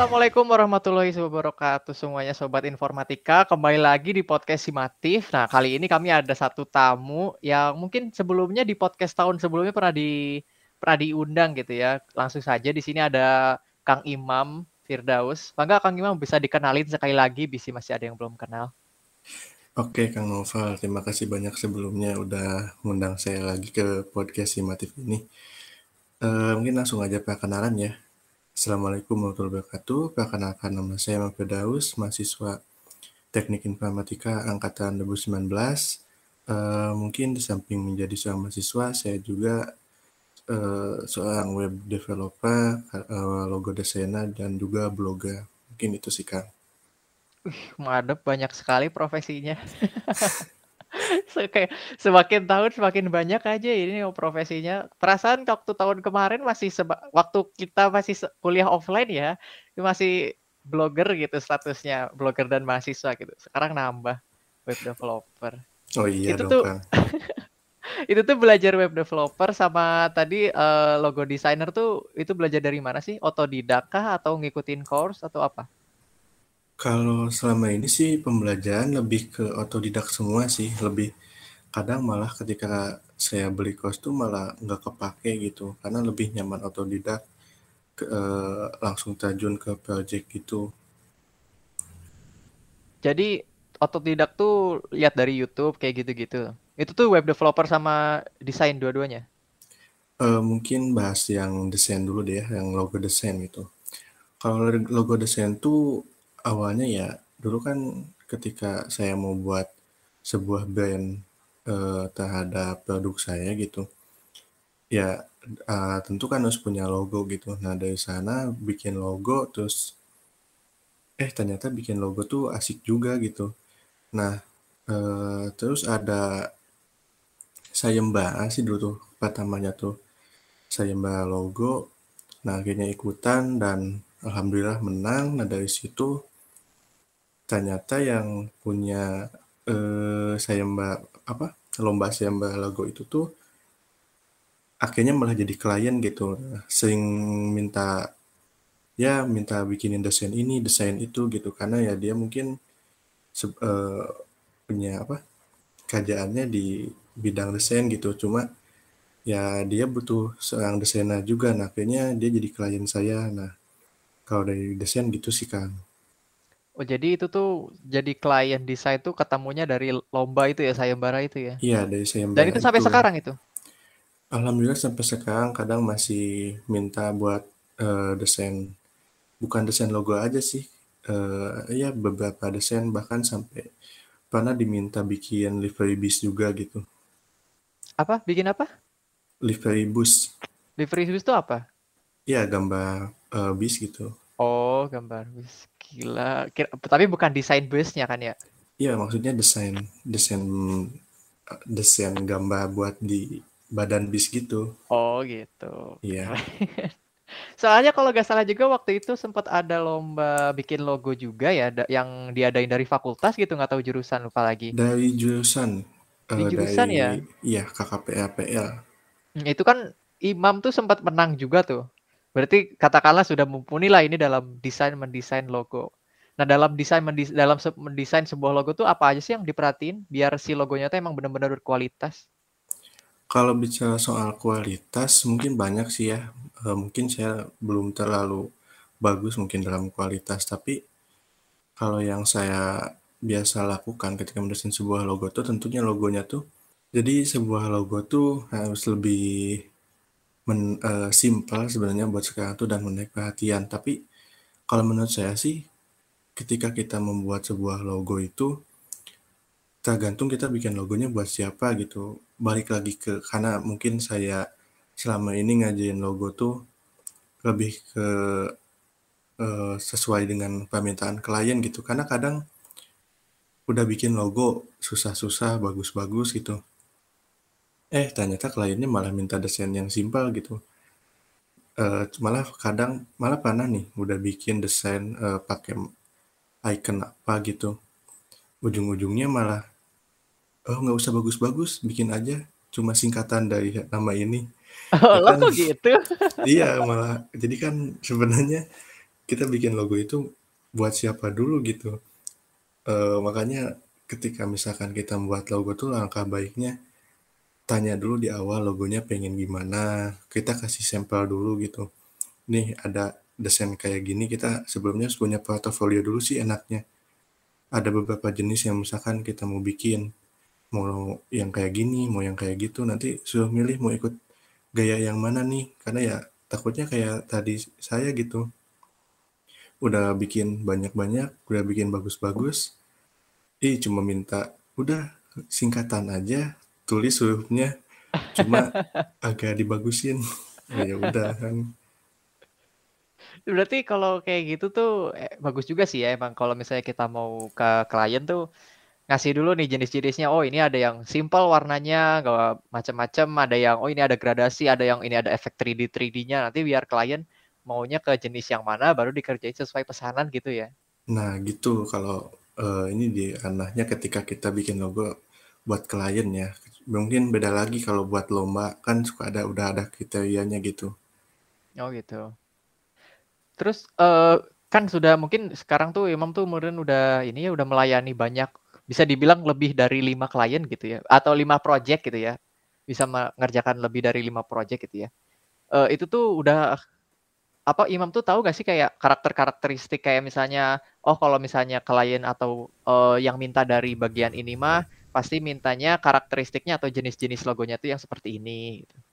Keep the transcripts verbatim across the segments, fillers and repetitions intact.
Assalamualaikum warahmatullahi wabarakatuh semuanya Sobat Informatika. Kembali lagi di podcast Simatif. Nah, kali ini kami ada satu tamu yang mungkin sebelumnya di podcast tahun sebelumnya pernah di pernah diundang gitu ya. Langsung saja di sini ada Kang Imam Firdaus. Bangga Kang Imam bisa dikenalin sekali lagi, bisa masih ada yang belum kenal. Oke Kang Noval, terima kasih banyak sebelumnya udah ngundang saya lagi ke podcast Simatif ini. Uh, mungkin langsung aja perkenalan ya. Assalamualaikum warahmatullahi wabarakatuh. Perkenalkan nama saya Imam Firdaus, mahasiswa Teknik Informatika Angkatan dua ribu sembilan belas. Uh, mungkin di samping menjadi seorang mahasiswa, saya juga uh, seorang web developer, uh, logo desainer, dan juga blogger. Mungkin itu sih Kang. Wih, madep banyak sekali profesinya. Kayak semakin tahun semakin banyak aja ini profesinya. Perasaan waktu tahun kemarin masih seba- waktu kita masih kuliah offline ya, masih blogger gitu statusnya, blogger dan mahasiswa gitu. Sekarang nambah web developer. Oh iya Itu dong tuh Kang. itu tuh belajar web developer sama tadi uh, logo designer tuh itu belajar dari mana sih? Otodidak kah atau ngikutin course atau apa? Kalau selama ini sih pembelajaran lebih ke otodidak semua sih, lebih kadang malah ketika saya beli kos tuh malah nggak kepake gitu, karena lebih nyaman otodidak, ke, eh, langsung terjun ke project gitu. Jadi otodidak tuh lihat dari YouTube kayak gitu-gitu. Itu tuh web developer sama desain dua-duanya. Eh, mungkin bahas yang desain dulu deh, yang logo desain gitu. Kalau logo desain tuh awalnya ya, dulu kan ketika saya mau buat sebuah brand eh, terhadap produk saya gitu, ya uh, tentu kan harus punya logo gitu. Nah dari sana bikin logo, terus eh ternyata bikin logo tuh asik juga gitu. Nah uh, terus ada sayembara sih dulu tuh pertamanya tuh sayembara logo. Nah akhirnya ikutan dan alhamdulillah menang. Nah dari situ ternyata yang punya eh, sayembara apa lomba sayembara logo itu tuh akhirnya malah jadi klien gitu. Nah, sering minta ya minta bikinin desain ini desain itu gitu karena ya dia mungkin se- eh, punya apa kerjaannya di bidang desain gitu, cuma ya dia butuh seorang desainer juga, nah akhirnya dia jadi klien saya. Nah kalau dari desain gitu sih Kang. Oh, jadi itu tuh jadi klien desain tuh ketemunya dari lomba itu ya, sayembara itu ya. Iya dari Dan sayembara itu sampai itu sekarang itu. alhamdulillah sampai sekarang kadang masih minta buat eh, desain, bukan desain logo aja sih, eh ya beberapa desain bahkan sampai pernah diminta bikin livery bis juga gitu. Apa? Bikin apa? Livery bus. Livery bus itu apa? Ya gambar eh, bis gitu. Oh, gambar bus. Gila. Kira- tapi bukan desain busnya kan ya? Iya maksudnya desain desain desain gambar buat di badan bis gitu. Oh, gitu. Iya. Keren. Soalnya kalau nggak salah juga waktu itu sempat ada lomba bikin logo juga ya, da- yang diadain dari fakultas gitu, nggak tahu jurusan lupa lagi. Dari jurusan Di eh, jurusan dari ya. iya K K P L P L. Hmm, Itu kan Imam tuh sempat menang juga tuh. Berarti katakanlah sudah mumpuni lah ini dalam desain mendesain logo. Nah, dalam desain mendis- dalam se- mendesain sebuah logo tuh apa aja sih yang diperhatiin biar si logonya tuh emang benar-benar berkualitas? Kalau bicara soal kualitas mungkin banyak sih ya. Eh, mungkin saya belum terlalu bagus mungkin dalam kualitas, tapi kalau yang saya biasa lakukan ketika mendesain sebuah logo tuh tentunya logonya tuh, jadi sebuah logo tuh harus lebih men, eh, simple sebenarnya buat sekarang tuh dan menarik perhatian. Tapi kalau menurut saya sih, ketika kita membuat sebuah logo itu tergantung kita bikin logonya buat siapa gitu. Balik lagi ke karena mungkin saya selama ini ngajain logo tuh lebih ke eh, sesuai dengan permintaan klien gitu. Karena kadang udah bikin logo susah-susah, bagus-bagus gitu. Eh ternyata kliennya malah minta desain yang simpel gitu. Eh, malah kadang malah pernah nih udah bikin desain eh, pakai icon apa gitu. Ujung-ujungnya malah oh nggak usah bagus-bagus, bikin aja cuma singkatan dari nama ini. Oh, Ya lo kan kok gitu? iya malah jadi kan sebenarnya kita bikin logo itu buat siapa dulu gitu. Eee, makanya ketika misalkan kita membuat logo tuh langkah baiknya tanya dulu di awal logonya pengen gimana, kita kasih sampel dulu gitu. Nih ada desain kayak gini, kita sebelumnya harus punya portofolio dulu sih enaknya. Ada beberapa jenis yang misalkan kita mau bikin, mau yang kayak gini, mau yang kayak gitu, nanti suruh milih mau ikut gaya yang mana nih, karena ya takutnya kayak tadi saya gitu, udah bikin banyak-banyak, udah bikin bagus-bagus, ih cuma minta, udah singkatan aja, tulis hurufnya, cuma agak dibagusin. Oh ya udah kan. Berarti kalau kayak gitu tuh eh, bagus juga sih ya emang kalau misalnya kita mau ke klien tuh ngasih dulu nih jenis-jenisnya. Oh ini ada yang simple warnanya, nggak macam-macam. Ada yang oh ini ada gradasi, ada yang ini ada efek tiga D tiga D-nya. Nanti biar klien maunya ke jenis yang mana baru dikerjain sesuai pesanan gitu ya. Nah gitu kalau eh, ini di ranahnya ketika kita bikin logo buat klien ya. Mungkin beda lagi kalau buat lomba kan suka ada udah ada kriterianya gitu. Oh gitu. Terus eh, kan sudah mungkin sekarang tuh Imam tuh kemudian udah ini ya udah melayani banyak bisa dibilang lebih dari lima klien gitu ya atau lima project gitu ya. Bisa mengerjakan lebih dari lima project gitu ya. Eh, itu tuh udah apa Imam tuh tahu gak sih kayak karakter-karakteristik kayak misalnya oh kalau misalnya klien atau eh, yang minta dari bagian ini mah pasti mintanya karakteristiknya atau jenis-jenis logonya tuh yang seperti ini gitu.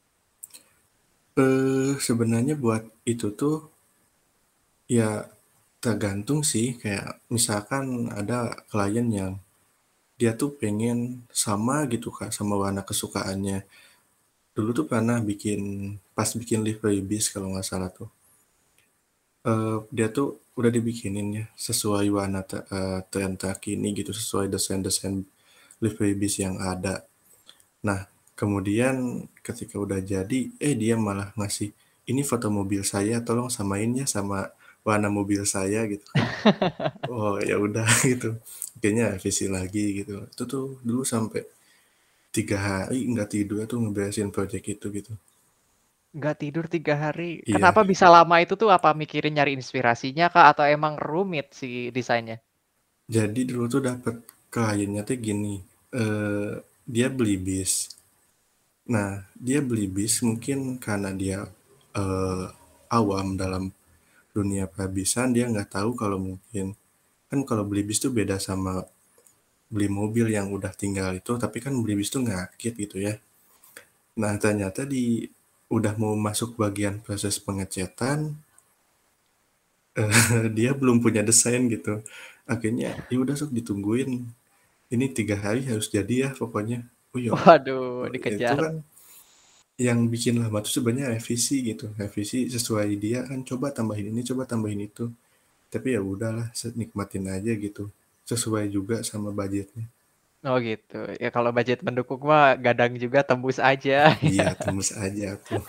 Eh sebenarnya buat itu tuh ya tergantung sih, kayak misalkan ada klien yang dia tuh pengen sama gitu Kak sama warna kesukaannya. Dulu tuh pernah bikin pas bikin livery bis kalau nggak salah tuh. Eh dia tuh udah dibikinin ya sesuai warna te- eh, tren terkini gitu, sesuai desain-desain livery bis yang ada. Nah, kemudian ketika udah jadi, eh dia malah ngasih, ini foto mobil saya, tolong samain ya sama warna mobil saya gitu kan. Oh ya udah gitu. Kayaknya revisi lagi gitu. Itu tuh dulu sampai tiga hari nggak tidur tuh ngeberesin project itu gitu. Nggak tidur tiga hari. Iya, Kenapa bisa lama itu tuh? Apa mikirin nyari inspirasinya kah? Atau emang rumit si desainnya? jadi dulu tuh dapet kliennya tuh gini, eh dia beli bis. Nah, dia beli bis mungkin karena dia eh, awam dalam dunia perbisan, dia nggak tahu kalau mungkin kan kalau beli bis tuh beda sama beli mobil yang udah tinggal itu, tapi kan beli bis tuh ngakit gitu ya. Nah, ternyata di udah mau masuk bagian proses pengecetan, eh, dia belum punya desain gitu. Akhirnya ya udah sok ditungguin. Ini tiga hari harus jadi ya pokoknya. Oh ya, Waduh, itu dikejar. kan yang bikin lama tuh sebenarnya revisi gitu, revisi sesuai dia kan, coba tambahin ini, coba tambahin itu. Tapi ya udahlah, nikmatin aja gitu, sesuai juga sama budgetnya. Oh gitu. Ya kalau budget mendukung mah gadang juga tembus aja. Iya, tembus aja tuh.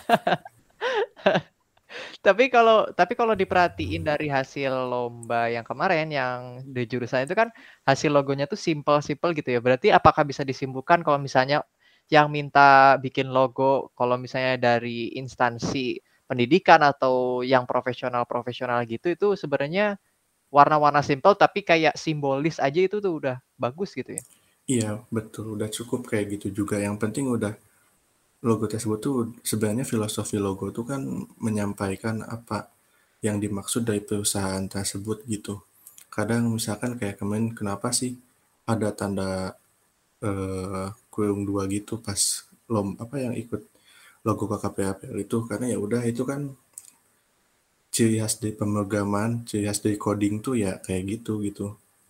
Tapi kalau tapi kalau diperhatiin dari hasil lomba yang kemarin yang di jurusan itu kan hasil logonya tuh simple-simple gitu ya. Berarti apakah bisa disimpulkan kalau misalnya yang minta bikin logo kalau misalnya dari instansi pendidikan atau yang profesional-profesional gitu itu sebenarnya warna-warna simple tapi kayak simbolis aja itu tuh udah bagus gitu ya. Iya, betul, udah cukup kayak gitu juga. Yang penting udah logo tersebut tuh sebenarnya filosofi logo tuh kan menyampaikan apa yang dimaksud dari perusahaan tersebut gitu. Kadang misalkan kayak kemarin kenapa sih ada tanda eh, kurung dua gitu pas lom apa yang ikut logo K K P A P L itu, karena ya udah itu kan ciri khas dari pemrograman, ciri khas dari coding tuh ya kayak gitu gitu.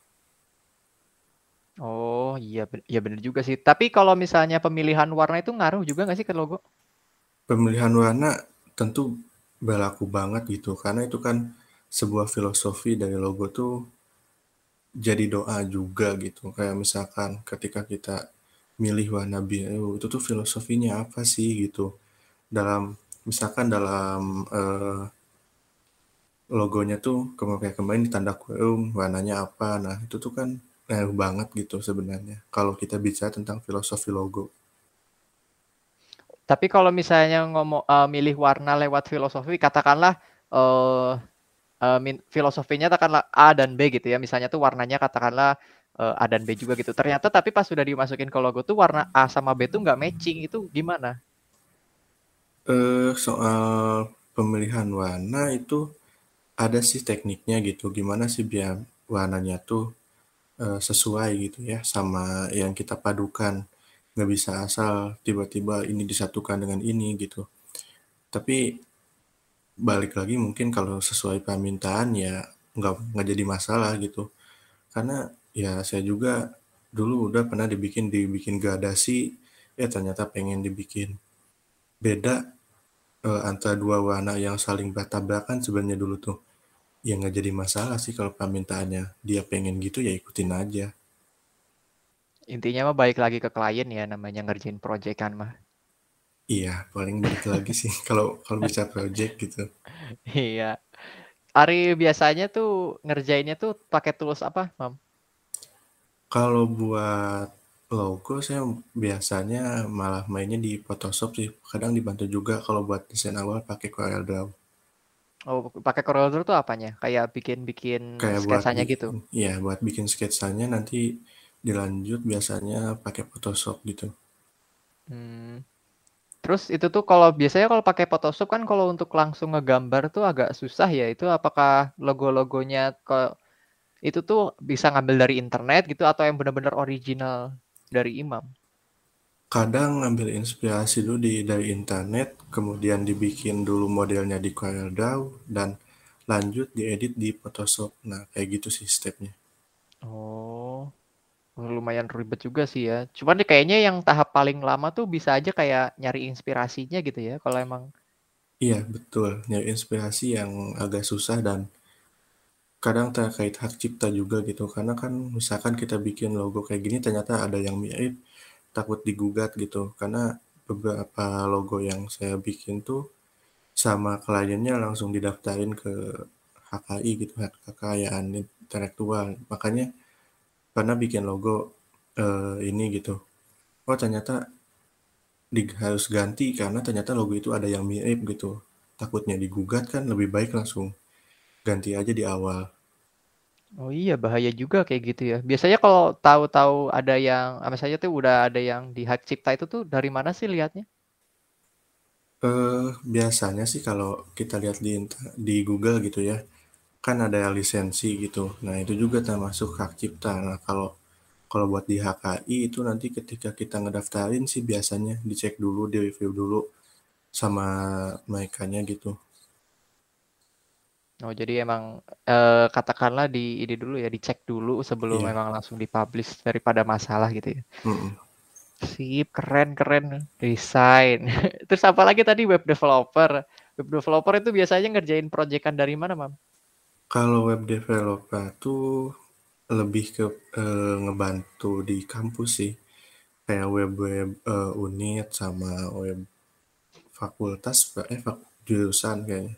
Oh iya, ben- iya bener juga sih. Tapi kalau misalnya pemilihan warna itu ngaruh juga nggak sih ke logo? Pemilihan warna tentu berlaku banget gitu, karena itu kan sebuah filosofi dari logo tuh jadi doa juga gitu. Kayak misalkan ketika kita milih warna biru itu tuh filosofinya apa sih gitu. Dalam misalkan dalam eh, logonya tuh kamu kayak kemarin di tanda kurung warnanya apa, nah itu tuh kan ngaruh banget gitu sebenarnya kalau kita bicara tentang filosofi logo. Tapi kalau misalnya ngomong eh, milih warna lewat filosofi, katakanlah eh eee, min filosofinya katakanlah A dan B gitu ya, misalnya tuh warnanya katakanlah, eee, A dan B juga gitu. Ternyata tapi pas sudah dimasukin ke logo tuh warna A sama B tuh nggak matching, itu gimana? Eee, soal pemilihan warna itu ada sih tekniknya gitu, gimana sih biar warnanya tuh, eee, sesuai gitu ya sama yang kita padukan. Nggak bisa asal tiba-tiba ini disatukan dengan ini gitu. Tapi balik lagi mungkin kalau sesuai permintaan ya nggak nggak jadi masalah gitu. Karena ya saya juga dulu udah pernah dibikin dibikin gradasi, eh ternyata pengen dibikin beda, eee, antara dua warna yang saling bertabrakan sebenarnya dulu tuh. Ya nggak jadi masalah sih kalau permintaannya dia pengen gitu ya ikutin aja. Intinya mah balik lagi ke klien ya, namanya ngerjain projekan mah. Iya, paling balik lagi sih kalau kalau bisa project gitu. Iya. Ari biasanya tuh ngerjainnya tuh pakai tools apa, Mam? Kalau buat logo saya biasanya malah mainnya di Photoshop sih, kadang dibantu juga kalau buat desain awal pakai CorelDRAW. Oh, pakai CorelDRAW tuh apanya? Kayak bikin-bikin Kayak buat sketsanya bikin gitu? ya buat bikin sketsanya nanti dilanjut biasanya pakai Photoshop gitu. Hmm. Terus itu tuh kalau biasanya kalau pakai Photoshop kan kalau untuk langsung ngegambar tuh agak susah ya. Itu apakah logo-logonya ke itu tuh bisa ngambil dari internet gitu atau yang benar-benar original dari Imam? Kadang ngambil inspirasi dulu di dari internet, kemudian dibikin dulu modelnya di CorelDRAW dan lanjut diedit di Photoshop. Nah, kayak gitu sih stepnya. Oh, lumayan ribet juga sih ya. Cuman nih kayaknya yang tahap paling lama tuh bisa aja kayak nyari inspirasinya gitu ya. Kalau emang Iya, betul. Nyari inspirasi yang agak susah dan kadang terkait hak cipta juga gitu. Karena kan misalkan kita bikin logo kayak gini ternyata ada yang mirip, takut digugat gitu. Karena beberapa logo yang saya bikin tuh sama kliennya langsung didaftarin ke H K I gitu, hak kekayaan intelektual. Makanya pernah bikin logo eh, ini gitu. Oh ternyata di, harus ganti karena ternyata logo itu ada yang mirip gitu. Takutnya digugat kan lebih baik langsung ganti aja di awal. oh iya bahaya juga kayak gitu ya. Biasanya kalau tahu-tahu ada yang apa saja tuh udah ada yang di hak cipta itu tuh dari mana sih lihatnya? Eh biasanya sih kalau kita lihat di inter- di Google gitu ya, kan ada lisensi gitu. Nah itu juga termasuk hak cipta. Nah kalau kalau buat di H K I itu nanti ketika kita ngedaftarin sih biasanya dicek dulu, di review dulu sama merekanya gitu. Oh jadi emang eh, katakanlah di ini dulu ya dicek dulu sebelum Iya. memang langsung dipublish daripada masalah gitu ya. Mm-mm. Sip, keren keren. Desain. Terus apa lagi tadi web developer. Web developer itu biasanya ngerjain proyekan dari mana, Mam? Kalau web developer tuh lebih ke eh, ngebantu di kampus sih, kayak web-web eh, unit sama web fakultas, eh fak jurusan kayaknya.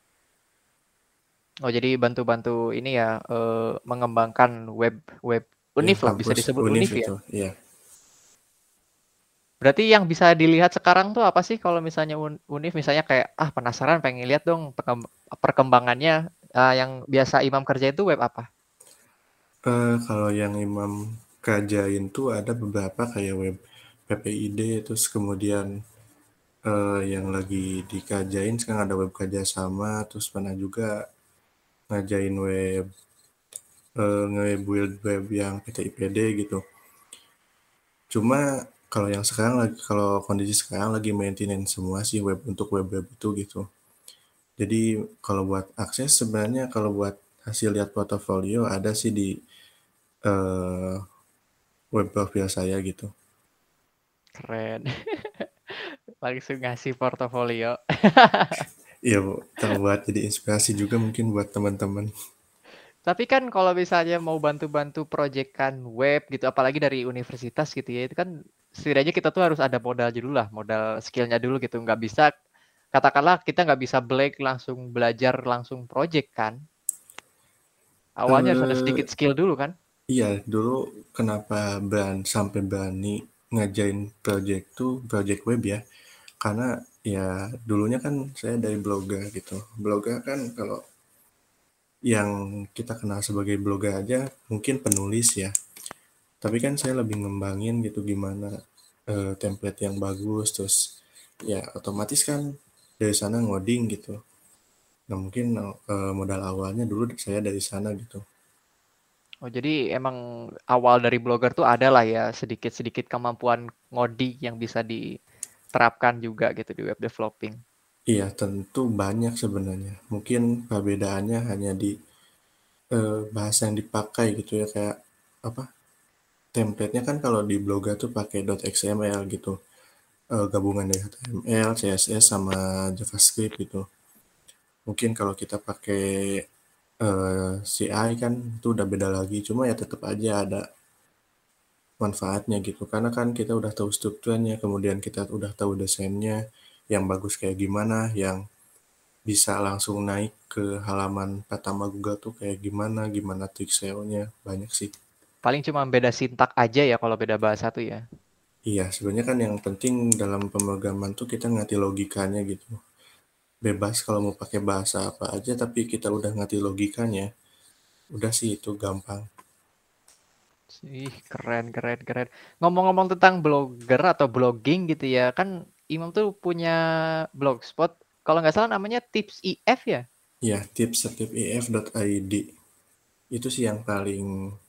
Oh jadi bantu-bantu ini ya eh, mengembangkan web web Ya Univ lah bisa kampus disebut unif Univ ya. itu, iya. Berarti yang bisa dilihat sekarang tuh apa sih kalau misalnya Un- Univ misalnya kayak ah penasaran pengen lihat dong perkemb- perkembangannya. Ah, yang biasa Imam kerja itu web apa? Eh, kalau yang Imam kerjain tuh ada beberapa kayak web P P I D, terus kemudian eh, yang lagi dikerjain sekarang ada web kerjasama, terus pernah juga ngajain web eh, nge-build web yang P T I P D gitu. Cuma kalau yang sekarang lagi kalau kondisi sekarang lagi maintenance semua sih web untuk web-web itu gitu. Jadi kalau buat akses sebenarnya kalau buat hasil lihat portofolio ada sih di eh, web profil saya gitu. Keren. Langsung ngasih portofolio. Iya Bu, kalau buat jadi inspirasi juga mungkin buat teman-teman. Tapi kan kalau misalnya mau bantu-bantu proyekan web gitu, apalagi dari universitas gitu ya, itu kan setidaknya kita tuh harus ada modal dulu lah, modal skillnya dulu gitu. Nggak bisa, katakanlah kita nggak bisa blank langsung belajar langsung project kan. Awalnya harus ada Eh sedikit skill dulu kan. iya, dulu kenapa berani, sampai berani ngajain project tuh project web ya? Karena ya dulunya kan saya dari blogger gitu. Blogger kan kalau yang kita kenal sebagai blogger aja mungkin penulis ya. Tapi kan saya lebih ngembangin gitu gimana uh, template yang bagus, terus ya otomatis kan dari sana ngoding gitu. Nah mungkin uh, modal awalnya dulu saya dari sana gitu. Oh, jadi emang awal dari blogger tuh ada lah ya sedikit-sedikit kemampuan ngoding yang bisa diterapkan juga gitu di web developing. Iya tentu banyak sebenarnya. Mungkin perbedaannya hanya di uh, bahasa yang dipakai gitu ya, kayak apa? Template-nya kan kalau di Blogger tuh pakai .xml gitu, uh, gabungan dari H T M L, C S S sama JavaScript gitu. Mungkin kalau kita pakai uh, C I kan itu udah beda lagi, cuma ya tetap aja ada manfaatnya gitu, karena kan kita udah tahu strukturnya, kemudian kita udah tahu desainnya yang bagus kayak gimana, yang bisa langsung naik ke halaman pertama Google tuh kayak gimana, gimana trik S E O-nya, banyak sih. Paling cuma beda sintak aja ya kalau beda bahasa tuh ya. Iya, sebenarnya kan yang penting dalam pemrograman tuh kita ngerti logikanya gitu. Bebas kalau mau pakai bahasa apa aja, tapi kita udah ngerti logikanya, udah sih itu gampang. Ih, keren, keren, keren. Ngomong-ngomong tentang blogger atau blogging gitu ya, kan Imam tuh punya blogspot, kalau nggak salah namanya Tips I F ya? Ya, tips tips i f dot i d itu sih yang paling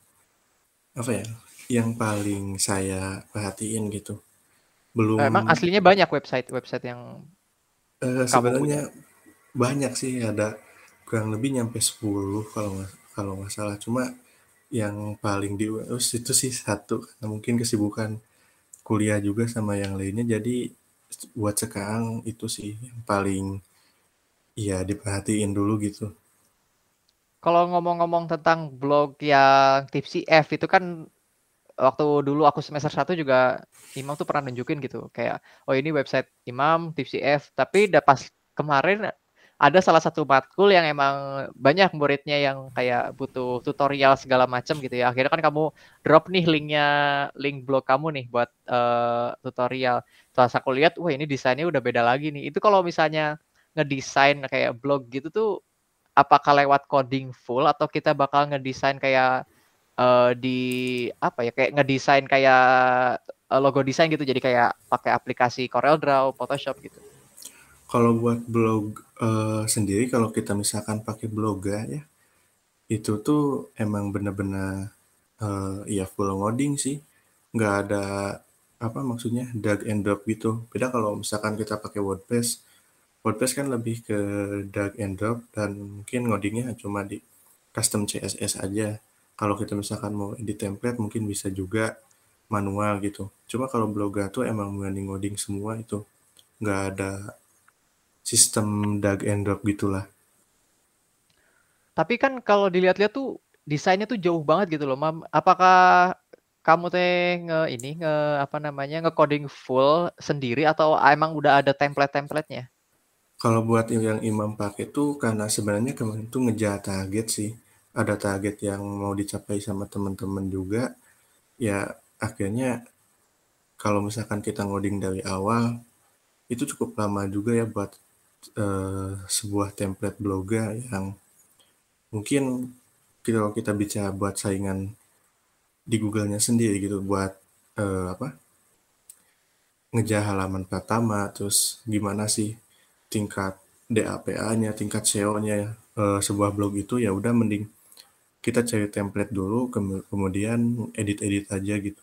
apa ya, yang paling saya perhatiin gitu. Eh, Belum Emang aslinya banyak website-website yang eh, kamu punya? sebenarnya banyak sih, ada kurang lebih nyampe sepuluh kalau nggak kalau nggak salah. Cuma yang paling diurus itu sih satu, karena mungkin kesibukan kuliah juga sama yang lainnya. Jadi buat sekarang itu sih yang paling ya diperhatiin dulu gitu. Kalau ngomong-ngomong tentang blog yang Tips I F itu kan waktu dulu aku semester satu juga Imam tuh pernah nunjukin gitu kayak oh ini website Imam Tips I F, tapi udah pas kemarin ada salah satu matkul yang emang banyak muridnya yang kayak butuh tutorial segala macam gitu ya, akhirnya kan kamu drop nih linknya, link blog kamu nih buat uh, tutorial. Terus aku lihat wah ini desainnya udah beda lagi nih. Itu kalau misalnya ngedesain kayak blog gitu tuh apakah lewat coding full atau kita bakal ngedesain kayak uh, di apa ya kayak ngedesain kayak uh, logo desain gitu, jadi kayak pakai aplikasi CorelDRAW, Photoshop gitu. Kalau buat blog eh, sendiri, kalau kita misalkan pakai Blogger ya, itu tuh emang bener-bener eh, ya full ngoding sih, nggak ada apa maksudnya drag and drop gitu. Beda kalau misalkan kita pakai WordPress, WordPress kan lebih ke drag and drop dan mungkin ngodingnya cuma di custom C S S aja. Kalau kita misalkan mau edit template mungkin bisa juga manual gitu. Cuma kalau Blogger tuh emang ngoding-ngoding semua itu, nggak ada sistem drag and drop gitulah. Tapi kan kalau dilihat-lihat tuh desainnya tuh jauh banget gitu loh, Mam. Apakah kamu teh nge ini nge apa namanya nge-coding full sendiri atau emang udah ada template-templatenya? Kalau buat yang Imam pakai tuh karena sebenarnya kemarin tuh ngejar target sih. Ada target yang mau dicapai sama teman-teman juga. Ya akhirnya kalau misalkan kita ngoding dari awal itu cukup lama juga ya buat eh, sebuah template Blogger yang mungkin kalau kita bicara buat saingan di Google-nya sendiri gitu, buat eh, apa ngejar halaman pertama, terus gimana sih tingkat D A P A-nya, tingkat S E O-nya eh, sebuah blog itu, ya udah mending kita cari template dulu, kemudian edit-edit aja gitu.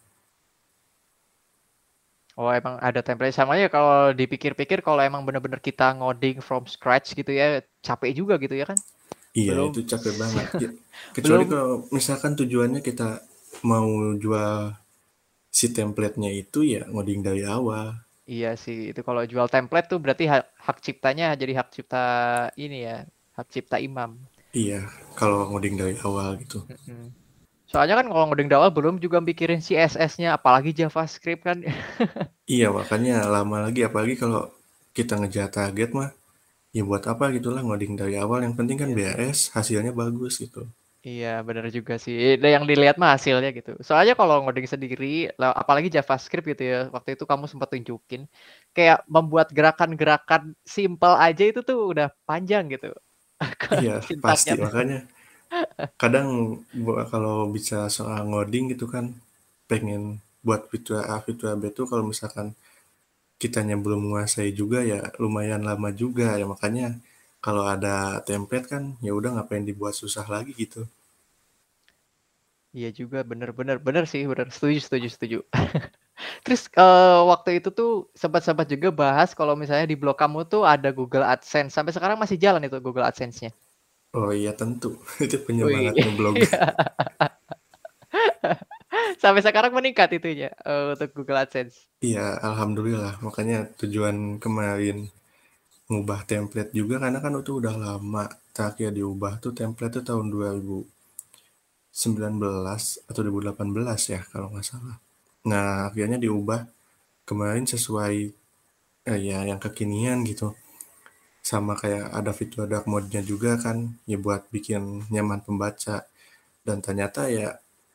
Oh, emang ada template sama ya kalau dipikir-pikir kalau emang bener-bener kita ngoding from scratch gitu ya, capek juga gitu ya kan? Iya, itu Belum capek banget. Ya, kecuali belum kalau misalkan tujuannya kita mau jual si template-nya itu ya ngoding dari awal. iya sih, itu kalau jual template tuh berarti hak, hak ciptanya jadi hak cipta ini ya, hak cipta Imam. Iya, kalau ngoding dari awal gitu. Mm-mm. Soalnya kan kalau ngoding awal belum juga mikirin C S S-nya, apalagi JavaScript kan. Iya, makanya lama lagi, apalagi kalau kita ngejar target mah, ya buat apa gitulah ngoding dari awal, yang penting kan Iya sih. B S, hasilnya bagus gitu. Iya, benar juga sih. Nah, yang dilihat mah hasilnya gitu. Soalnya kalau ngoding sendiri, lah- apalagi JavaScript gitu ya, waktu itu kamu sempat tunjukin, kayak membuat gerakan-gerakan simple aja itu tuh udah panjang gitu. Iya, Sintaknya pasti. tuh. Makanya Kadang gua kalau bicara soal ngoding gitu kan, pengen buat fitur A, fitur B tuh kalau misalkan kitanya belum menguasai juga ya lumayan lama juga ya, makanya kalau ada template kan ya udah ngapain dibuat susah lagi gitu. Iya juga, bener bener bener sih, bener. Setuju setuju setuju. Terus, eee, waktu itu tuh sempat-sempat juga bahas kalau misalnya di blog kamu tuh ada Google AdSense, sampai sekarang masih jalan itu Google AdSense-nya? Oh iya tentu, itu Wih. penyemangat ngeblog. Sampai sekarang meningkat itunya, eee, untuk Google AdSense? Iya, alhamdulillah. Makanya tujuan kemarin ngubah template juga karena kan itu udah lama. Terakhir diubah tuh template tuh tahun dua ribu sembilan belas atau dua ribu delapan belas ya kalau nggak salah. Nah, akhirnya diubah kemarin sesuai eh, ya yang kekinian gitu. Sama kayak ada fitur dark mode-nya juga kan, ya buat bikin nyaman pembaca. Dan ternyata ya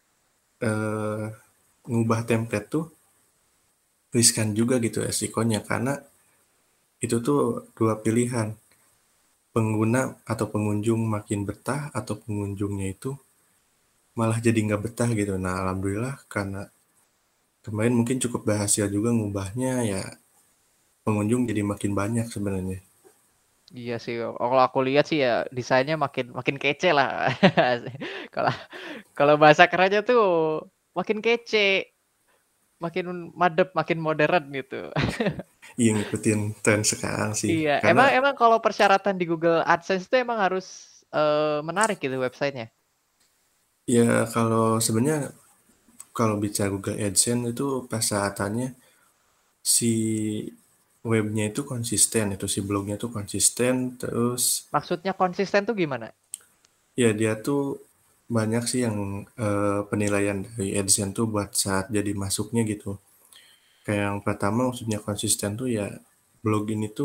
eh, ngubah template tuh riskan juga gitu resikonya karena itu tuh dua pilihan. Pengguna atau pengunjung makin betah atau pengunjungnya itu malah jadi nggak betah gitu. Nah, alhamdulillah karena kemarin mungkin cukup berhasil juga ngubahnya ya pengunjung jadi makin banyak sebenarnya. Iya sih, kalau aku lihat sih ya desainnya makin makin kece lah. Kalau kalau bahasa kerennya tuh makin kece, makin madep, makin modern gitu. Iya ngikutin tren sekarang sih Iya, karena emang emang kalau persyaratan di Google AdSense itu emang harus, eee, menarik gitu websitenya? ya kalau sebenarnya kalau bicara Google AdSense itu persyaratannya si webnya itu konsisten, itu si blognya itu konsisten, terus Maksudnya konsisten tuh gimana? ya dia tuh banyak sih yang eh, penilaian dari AdSense tuh buat saat jadi masuknya gitu. Kayak yang pertama maksudnya konsisten tuh ya blog ini tuh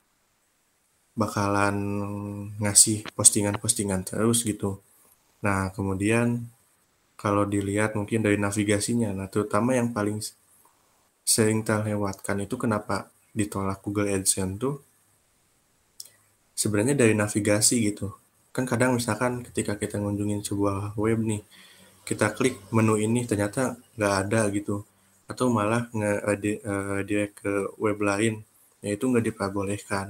bakalan ngasih postingan-postingan terus gitu. Nah, kemudian kalau dilihat mungkin dari navigasinya, nah terutama yang paling sering terlewatkan itu kenapa ditolak Google AdSense tuh sebenarnya dari navigasi gitu. Kan kadang misalkan ketika kita ngunjungin sebuah web nih, kita klik menu ini ternyata nggak ada gitu. Atau malah nge-direct ke web lain, yaitu nggak diperbolehkan.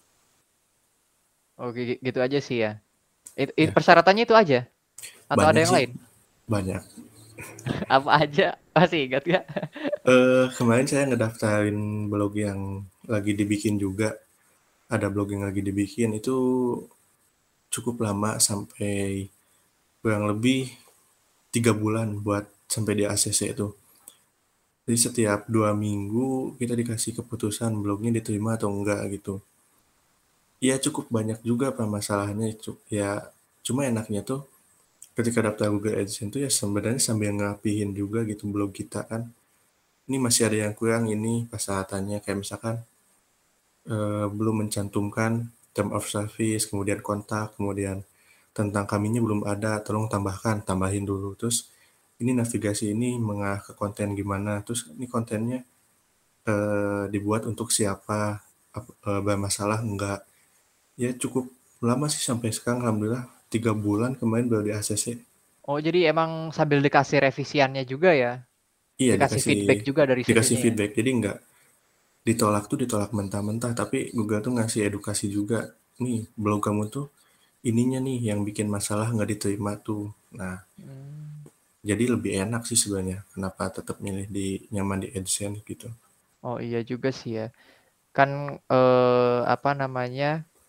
Oh gi gitu aja sih ya? It it Ya, persyaratannya itu aja? Atau ada banyak yang sih, lain? banyak. Apa aja? Masih ingat nggak? Eh, kemarin saya ngedaftarin blog yang lagi dibikin juga. Ada blog yang lagi dibikin itu cukup lama sampai kurang lebih tiga bulan buat sampai di A C C itu. Jadi setiap dua minggu kita dikasih keputusan blognya diterima atau enggak gitu. Ya cukup banyak juga permasalahannya itu. Ya cuma enaknya tuh ketika daftar Google AdSense tuh ya sebenarnya sambil ngerapihin juga gitu blog kita kan. Ini masih ada yang kurang ini persyaratannya kayak misalkan eh, belum mencantumkan term of service, kemudian kontak, kemudian tentang kaminya belum ada, tolong tambahkan, tambahin dulu. Terus ini navigasi ini mengarah ke konten gimana, terus ini kontennya eh, dibuat untuk siapa, ap- eh, bermasalah enggak. Ya cukup lama sih sampai sekarang, alhamdulillah tiga bulan kemarin baru di A C C. Oh jadi emang sambil dikasih revisiannya juga ya? Iya Dikasih dikasih feedback juga dari dikasih situnya ya? feedback, jadi enggak ditolak tuh ditolak mentah-mentah, tapi Google tuh ngasih edukasi juga. Nih blog kamu tuh ininya nih yang bikin masalah nggak diterima tuh. Nah, Mmm. jadi lebih enak sih sebenarnya. Kenapa tetap milih di nyaman di AdSense gitu. Oh iya juga sih ya. Kan, eee, apa namanya,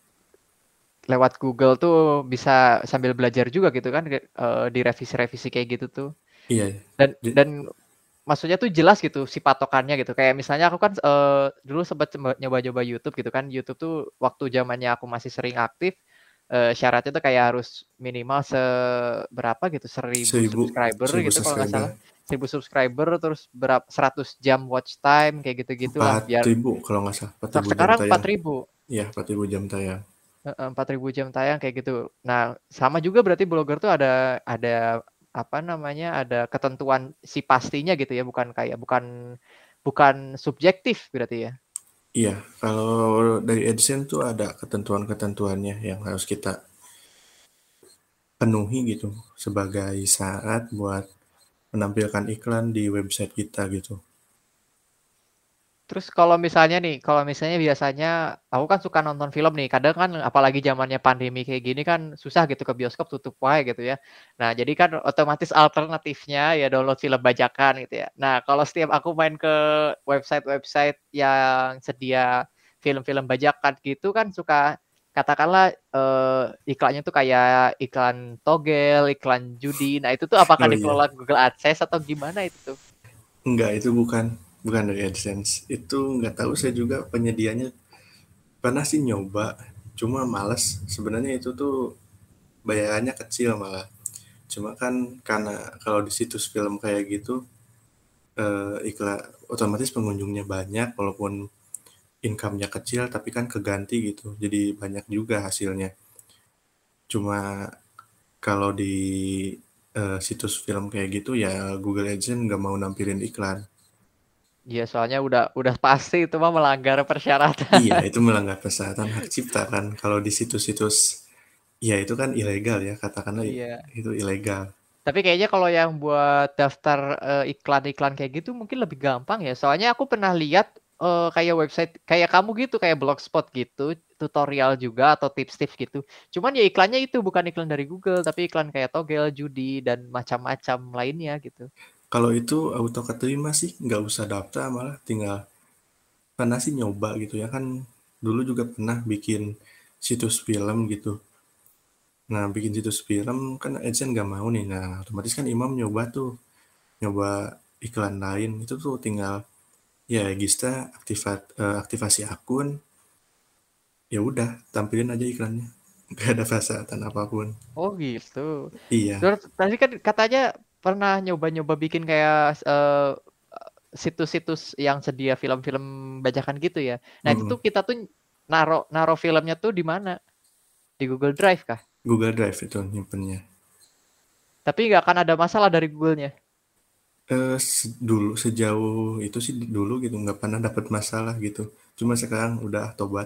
lewat Google tuh bisa sambil belajar juga gitu kan, kayak, eee, di revisi-revisi kayak gitu tuh. Iya, Dan j- dan maksudnya tuh jelas gitu si patokannya gitu. Kayak misalnya aku kan, eee, dulu sempet cemba nyoba-nyoba YouTube gitu kan. YouTube tuh waktu zamannya aku masih sering aktif, eee, syaratnya tuh kayak harus minimal seberapa gitu, seribu seribu, subscriber seribu gitu kalau nggak subscriber. salah. Seribu subscriber terus berap seratus jam watch time kayak gitu-gitulah Empat biar ribu kalau nggak salah, empat sak ribu jam sekarang empat tayang. ribu. Iya, empat ribu jam tayang. Heeh, empat ribu jam tayang kayak gitu. Nah, sama juga berarti blogger tuh ada ada apa namanya, ada ketentuan si pastinya gitu ya, bukan kayak bukan bukan subjektif berarti ya? Iya, kalau dari AdSense tuh ada ketentuan-ketentuannya yang harus kita penuhi gitu sebagai syarat buat menampilkan iklan di website kita gitu. Terus kalau misalnya nih, kalau misalnya biasanya aku kan suka nonton film nih, kadang kan apalagi zamannya pandemi kayak gini kan susah gitu ke bioskop, tutup wae gitu ya. Nah, jadi kan otomatis alternatifnya ya download film bajakan gitu ya. Nah, kalau setiap aku main ke website-website yang sedia film-film bajakan gitu kan suka katakanlah eh, iklannya tuh kayak iklan togel, iklan judi. Nah, itu tuh apakah Oh iya, dikelola Google AdSense atau gimana itu tuh? enggak itu bukan bukan dari AdSense. Itu nggak tahu saya juga penyedianya pernah sih nyoba, cuma males. Sebenarnya itu tuh bayarannya kecil malah. Cuma kan karena kalau di situs film kayak gitu eh, iklan otomatis pengunjungnya banyak walaupun income-nya kecil tapi kan keganti gitu. Jadi banyak juga hasilnya. Cuma kalau di eh, situs film kayak gitu ya Google AdSense nggak mau nampilin iklan. Iya, soalnya udah udah pasti itu mah melanggar persyaratan. Iya, itu melanggar persyaratan hak cipta kan. Kalau di situs-situs ya itu kan ilegal ya, katakanlah Iya. itu ilegal. Tapi kayaknya kalau yang buat daftar eh, iklan-iklan kayak gitu mungkin lebih gampang ya. Soalnya aku pernah lihat eh, kayak website kayak kamu gitu, kayak Blogspot gitu, tutorial juga atau tips-tips gitu. Cuman ya iklannya itu bukan iklan dari Google, tapi iklan kayak togel, judi dan macam-macam lainnya gitu. Kalau itu auto keterima sih nggak usah daftar malah tinggal pernah sih nyoba gitu ya kan dulu juga pernah bikin situs film gitu. Nah bikin situs film kan agent nggak mau nih. Nah otomatis kan Imam nyoba tuh nyoba iklan lain itu tuh tinggal ya Gista aktifat eh, aktivasi akun ya udah tampilin aja iklannya nggak ada persyaratan apapun. Oh gitu. Iya. Terus tadi kan katanya pernah nyoba-nyoba bikin kayak eh, situs-situs yang sedia film-film bajakan gitu ya. Nah itu tuh Mm-mm. kita tuh naro naro filmnya tuh di mana? Di Google Drive kah? Google Drive itu nyimpennya. Tapi nggak akan ada masalah dari Google-nya. Eh, se- dulu sejauh itu sih dulu gitu nggak pernah dapat masalah gitu. Cuma sekarang udah tobat.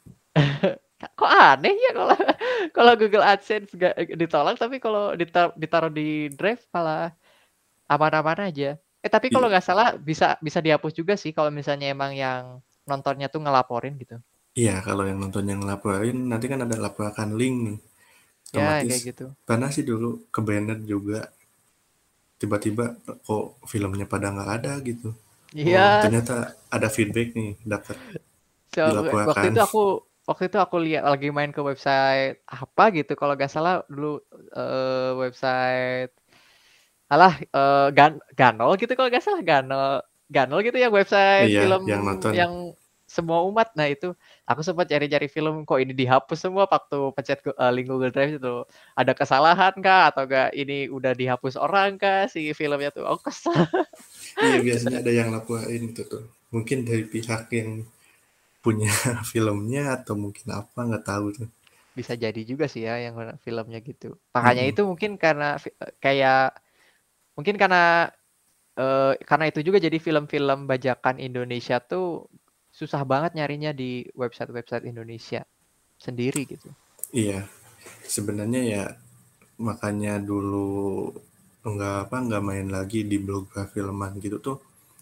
Kok aneh ya kalau kalau Google AdSense nggak ditolak, tapi kalau dita- ditaruh di Drive malah aman-aman aja. Eh tapi kalau I- nggak salah bisa bisa dihapus juga sih kalau misalnya emang yang nontonnya tuh ngelaporin gitu. Iya, kalau yang nonton yang laporin nanti kan ada laporkan link nih. Ya Otomatis kayak gitu. pernah sih dulu ke banner juga tiba-tiba kok filmnya pada nggak ada gitu. Oh, Iya, ternyata ada feedback nih dapat so, waktu dilaporkan. itu aku waktu itu aku lihat lagi main ke website apa gitu kalau nggak salah dulu eh, website alah eh, Gan Ganol gitu kalau nggak salah Ganol Ganol gitu ya website Iya, film yang nonton. yang semua umat. Nah itu aku sempat cari-cari film kok ini dihapus semua waktu pencet go- eh, link Google Drive itu ada kesalahan kah atau enggak ini udah dihapus orang kah si filmnya tuh aku kesel. Iya, biasanya ada yang laporin itu tuh. Mungkin dari pihak yang punya filmnya atau mungkin apa nggak tahu tuh. Bisa jadi juga sih ya yang filmnya gitu. Makanya Mm-mm. itu mungkin karena fi- kayak mungkin karena eh, karena itu juga jadi film-film bajakan Indonesia tuh susah banget nyarinya di website-website Indonesia sendiri gitu. Iya, sebenarnya ya makanya dulu nggak apa nggak main lagi di blog filman gitu tuh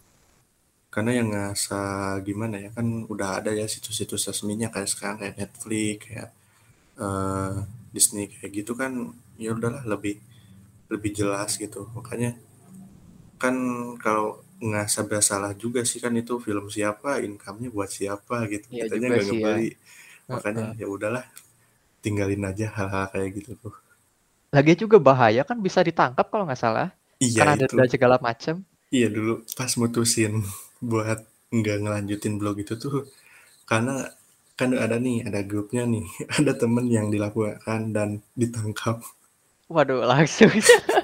karena yang ngerasa gimana ya kan udah ada ya situs-situs resminya kayak sekarang kayak Netflix kayak eh, Disney kayak gitu kan ya udahlah lebih lebih jelas gitu makanya kan kalau ngerasa bersalah juga sih kan itu film siapa income-nya buat siapa gitu Iya kitanya juga nggak sih ya. ngebeli makanya Heeh. ya udahlah tinggalin aja hal-hal kayak gitu tuh. Lagi juga bahaya kan bisa ditangkap kalau nggak salah. Iya Karena ada itu. denda segala macam. Iya dulu pas mutusin buat nggak ngelanjutin blog itu tuh karena kan ada nih ada grupnya nih ada temen yang dilaporkan dan ditangkap. Waduh, langsung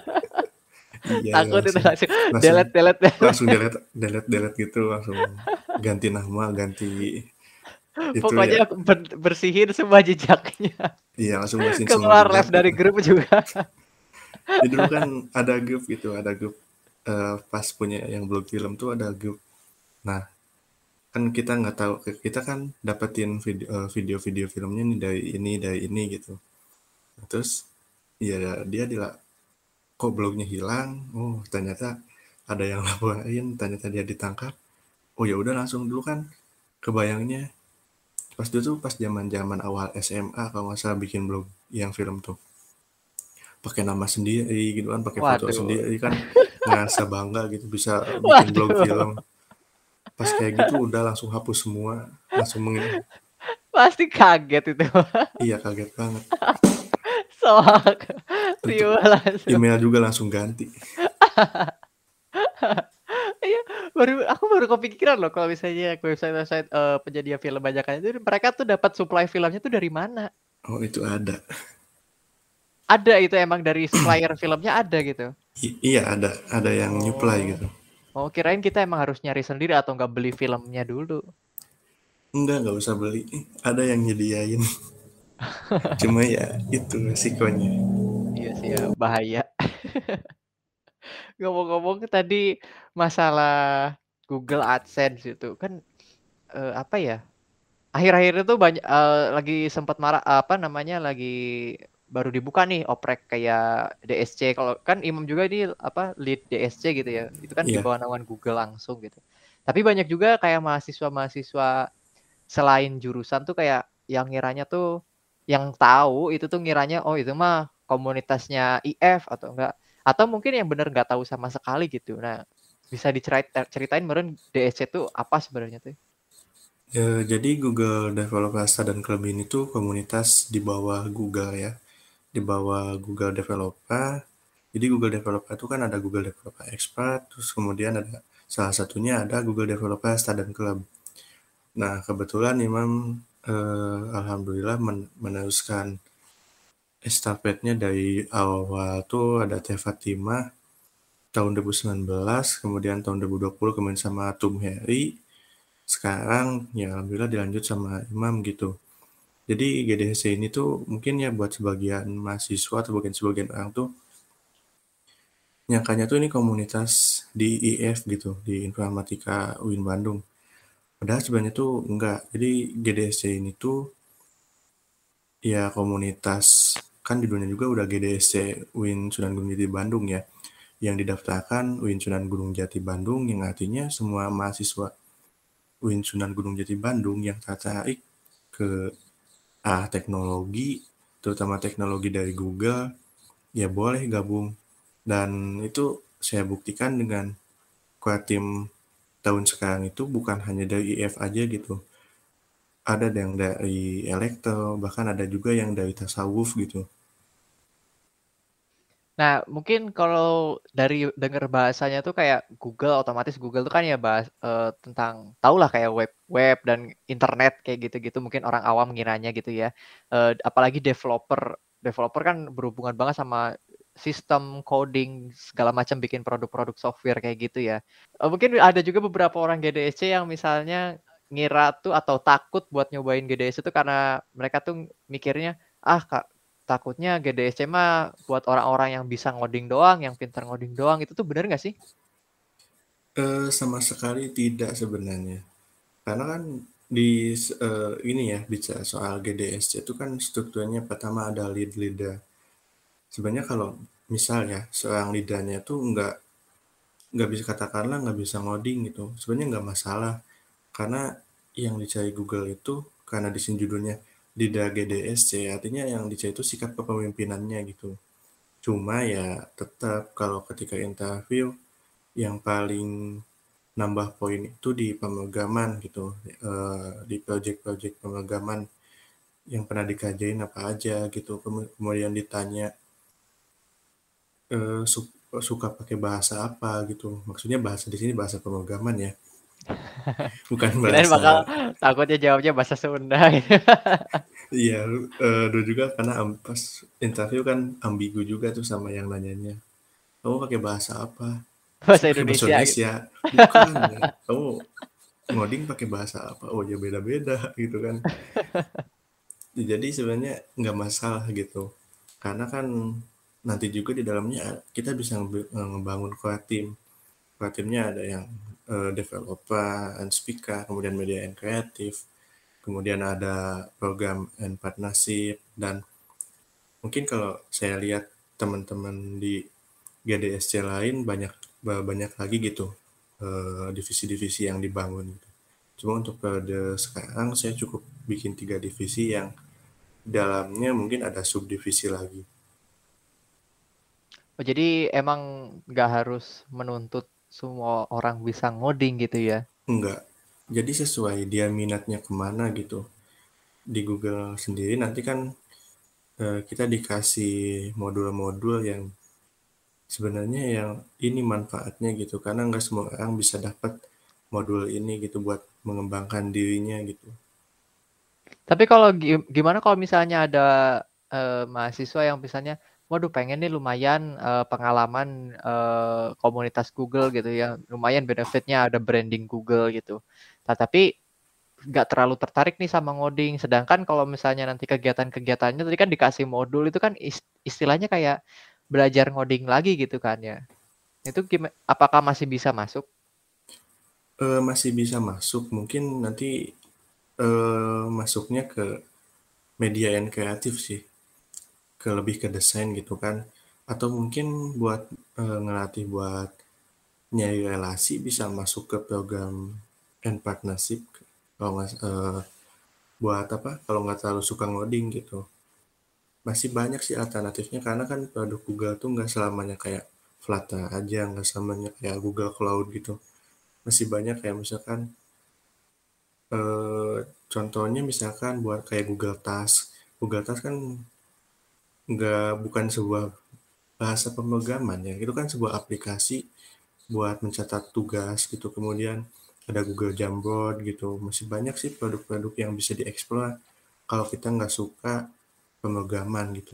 Iya takut itu langsung langsung langsung delete delete. langsung delete delete delete gitu langsung ganti nama ganti itu ya Pokoknya ber- bersihin semua jejaknya. iya langsung bersihin semua Keluar jejak live dari gitu. grup juga. Jadi dulu kan ada grup gitu ada grup eh, pas punya yang blog film tuh ada grup. Nah kan kita nggak tahu kita kan dapetin video eh, video-video filmnya nih dari ini dari ini gitu. Nah, terus Iya, dia dila kok blognya hilang, oh ternyata ada yang laporin, ternyata dia ditangkap. Oh ya udah langsung dulu kan kebayangnya. Pas itu tuh pas zaman-zaman awal S M A kalau nggak salah bikin blog yang film tuh. Pakai nama sendiri gitu kan, pakai foto Waduh, sendiri kan ngerasa bangga gitu bisa bikin blog waduh, film. Pas kayak gitu udah langsung hapus semua, langsung mengin pasti kaget itu. iya kaget banget. Soak, Untuk riweuh langsung. email juga langsung ganti. Iya, baru aku baru kepikiran loh kalau misalnya website-website, eee, penyedia film bajakan itu mereka tuh dapat supply filmnya tuh dari mana? Oh itu ada. Ada itu emang dari supplier filmnya ada gitu? I- iya ada, ada yang nyuplai Oh. gitu. Oh, kirain kita emang harus nyari sendiri atau nggak beli filmnya dulu. Enggak, nggak usah beli. Ada yang nyediain. Cuma ya itu resikonya. Iya sih ya, bahaya. Ngomong-ngomong tadi masalah Google AdSense itu kan, eee, apa ya, akhir-akhir itu banyak eee, lagi sempat marak apa namanya, lagi baru dibuka nih oprek kayak D S C. Kalau kan Imam juga ini apa, lead D S C gitu ya, itu kan di Iya, bawah naungan Google langsung gitu. Tapi banyak juga kayak mahasiswa-mahasiswa selain jurusan tuh kayak yang ngiranya tuh yang tahu itu tuh ngiranya, oh itu mah komunitasnya I F atau enggak atau mungkin yang bener nggak tahu sama sekali gitu. Nah, bisa dicerit ceritain meureun D S C itu apa sebenarnya tuh? ya, jadi Google Developer Study Club ini tuh komunitas di bawah Google ya, di bawah Google Developer. Jadi Google Developer itu kan ada Google Developer Expert, terus kemudian ada salah satunya ada Google Developer Study Club. Nah kebetulan Imam eh, alhamdulillah men- meneruskan estafetnya dari awal tuh ada Teh Fatimah tahun dua ribu sembilan belas, kemudian tahun dua ribu dua puluh kemudian sama Tum Heri, sekarang ya alhamdulillah dilanjut sama Imam gitu. Jadi G D S C ini tuh mungkin ya buat sebagian mahasiswa atau mungkin sebagian orang tuh nyangkanya tuh ini komunitas di I F gitu, di Informatika U I N Bandung. Padahal sebenarnya tuh enggak. Jadi G D S C ini tuh ya komunitas kan di dunia juga udah G D S C U I N Sunan Gunung Jati Bandung ya, yang didaftarkan U I N Sunan Gunung Jati Bandung yang artinya semua mahasiswa U I N Sunan Gunung Jati Bandung yang tertarik ke ah, teknologi, terutama teknologi dari Google, ya boleh gabung. Dan itu saya buktikan dengan core tim tahun sekarang itu bukan hanya dari I F aja gitu. Ada yang dari elektro, bahkan ada juga yang dari tasawuf gitu. Nah, mungkin kalau dari denger bahasanya tuh kayak Google, otomatis Google tuh kan ya bahas eee, tentang tahulah kayak web web dan internet kayak gitu-gitu mungkin orang awam ngiranya gitu ya. Eee, apalagi developer, developer kan berhubungan banget sama sistem, coding, segala macam bikin produk-produk software kayak gitu ya. Eee, mungkin ada juga beberapa orang G D S C yang misalnya ngira tuh atau takut buat nyobain G D S C tuh karena mereka tuh mikirnya, "Ah, Kak, takutnya G D S C mah buat orang-orang yang bisa ngoding doang, yang pintar ngoding doang, itu tuh bener nggak sih?" Eh, sama sekali tidak sebenarnya. Karena kan di eh, ini ya bicara soal G D S C itu kan strukturnya pertama ada lead leader. Sebenarnya kalau misal ya seorang leadernya itu nggak nggak bisa katakanlah nggak bisa ngoding gitu. Sebenarnya nggak masalah karena yang dicari Google itu karena di sini judulnya leader G D S C artinya yang dicari itu sikap kepemimpinannya gitu. Cuma ya tetap kalau ketika interview yang paling nambah poin itu di pemrograman gitu, eh, di project-project pemrograman yang pernah dikerjain apa aja gitu. Kemudian ditanya eh, su- suka pakai bahasa apa gitu. Maksudnya bahasa di sini bahasa pemrograman ya, bukan Kirain bakal bahasa. takutnya jawabnya bahasa Sunda gitu. Iya, eh, dulu juga karena am- pas interview kan ambigu juga tuh sama yang nanyanya. Kamu pakai bahasa apa? Saya Bahasa pakai bahasa Indonesia gitu. Indonesia. Bukan. Ya. Kamu ngoding pakai bahasa apa? Oh ya beda-beda gitu kan. Jadi sebenarnya nggak masalah gitu. Karena kan nanti juga di dalamnya kita bisa nge- ngebangun core team. Core teamnya ada yang eh, developer and speaker, kemudian media and creative, kemudian ada program and partnership dan Mungkin kalau saya lihat teman-teman di G D S C lain banyak banyak lagi gitu eh, divisi-divisi yang dibangun gitu. Cuma untuk periode sekarang saya cukup bikin tiga divisi yang dalamnya mungkin ada subdivisi lagi. Oh, jadi emang nggak harus menuntut semua orang bisa ngoding gitu ya? Enggak. Jadi sesuai dia minatnya kemana gitu. Di Google sendiri nanti kan eh, kita dikasih modul-modul yang sebenarnya yang ini manfaatnya gitu. Karena nggak semua orang bisa dapat modul ini gitu buat mengembangkan dirinya gitu. Tapi kalau gi- gimana kalau misalnya ada eh, mahasiswa yang misalnya, waduh pengen nih lumayan eh, pengalaman eh, komunitas Google gitu ya, lumayan benefitnya ada branding Google gitu. Nah, tapi nggak terlalu tertarik nih sama ngoding. Sedangkan kalau misalnya nanti kegiatan-kegiatannya tadi kan dikasih modul itu kan is- istilahnya kayak belajar ngoding lagi gitu kan ya. Itu gimana? Apakah masih bisa masuk? Eh, masih bisa masuk, mungkin nanti eh, masuknya ke media yang kreatif sih, ke lebih ke desain gitu kan, atau mungkin buat eh, ngelatih buat nyari relasi bisa masuk ke program and partnership kalau nggak eh, buat apa kalau nggak terlalu suka ngoding gitu. Masih banyak sih alternatifnya karena kan produk Google tuh nggak selamanya kayak Flutter aja, nggak selamanya kayak Google Cloud gitu. Masih banyak kayak misalkan eh, contohnya misalkan buat kayak Google Task. Google Task kan nggak bukan sebuah bahasa pemrograman ya, itu kan sebuah aplikasi buat mencatat tugas gitu. Kemudian ada Google Jamboard gitu. Masih banyak sih produk-produk yang bisa dieksplor kalau kita nggak suka pemrograman gitu.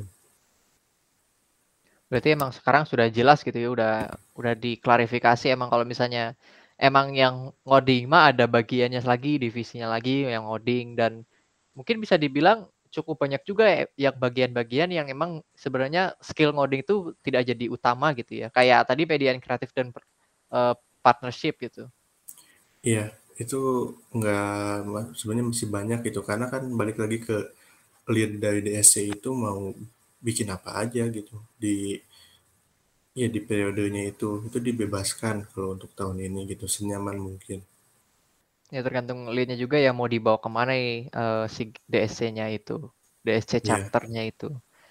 Berarti emang sekarang sudah jelas gitu ya, udah udah diklarifikasi emang kalau misalnya emang yang ngoding mah ada bagiannya lagi, divisinya lagi yang ngoding dan mungkin bisa dibilang cukup banyak juga ya yang bagian-bagian yang emang sebenarnya skill ngoding itu tidak jadi utama gitu ya. Kayak tadi median kreatif dan eh, partnership gitu. Iya, itu nggak sebenarnya masih banyak gitu karena kan balik lagi ke lead dari D S C itu mau bikin apa aja gitu di ya di periodenya itu itu dibebaskan kalau untuk tahun ini gitu senyaman mungkin. Ya tergantung lead-nya juga ya mau dibawa kemana nih eh, si D S C-nya itu, D S C Ya, chapter-nya itu.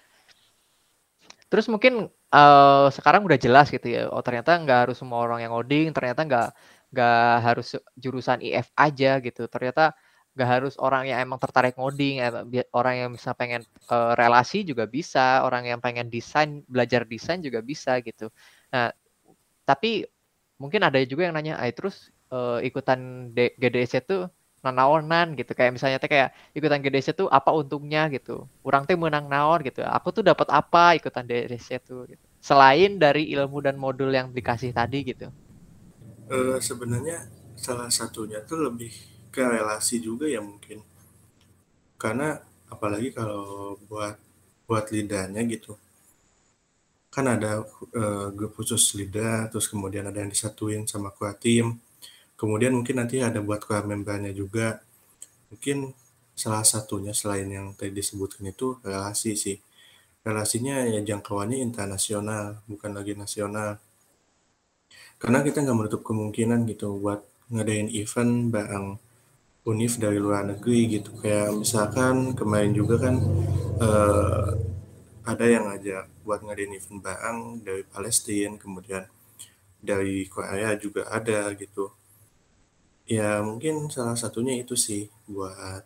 Terus mungkin uh, sekarang udah jelas gitu ya. Oh ternyata nggak harus semua orang yang ngoding, ternyata nggak nggak harus jurusan I F aja gitu. Ternyata nggak harus orang yang emang tertarik ngoding, orang yang bisa pengen uh, relasi juga bisa, orang yang pengen desain, belajar desain juga bisa gitu. Nah, tapi mungkin ada juga yang nanya, ah, terus uh, ikutan D- G D S itu nanaonan gitu. Kayak misalnya teh kayak ikutan G D S itu apa untungnya gitu. Orang teh menang naon gitu. Aku tuh dapat apa ikutan G D S itu gitu. Selain dari ilmu dan modul yang dikasih tadi gitu. eh, sebenarnya salah satunya tuh lebih ke relasi juga ya mungkin karena apalagi kalau buat buat lidahnya gitu kan ada eh, grup khusus lidah terus kemudian ada yang disatuin sama core team kemudian mungkin nanti ada buat core membernya juga mungkin salah satunya selain yang tadi disebutkan itu relasi sih relasinya ya jangkauannya internasional bukan lagi nasional karena kita nggak menutup kemungkinan gitu buat ngadain event bareng univ dari luar negeri gitu kayak misalkan kemarin juga kan eh, ada yang ngajak buat ngadain event bareng dari Palestina kemudian dari Korea juga ada gitu ya mungkin salah satunya itu sih buat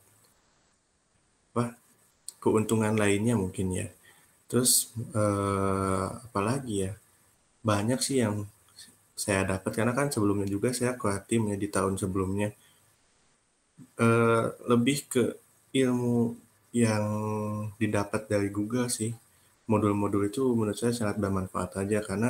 apa keuntungan lainnya mungkin ya terus eh, apalagi ya banyak sih yang saya dapat karena kan sebelumnya juga saya ketua tim ya di tahun sebelumnya. Eh, lebih ke ilmu yang didapat dari Google sih. Modul-modul itu menurut saya sangat bermanfaat aja karena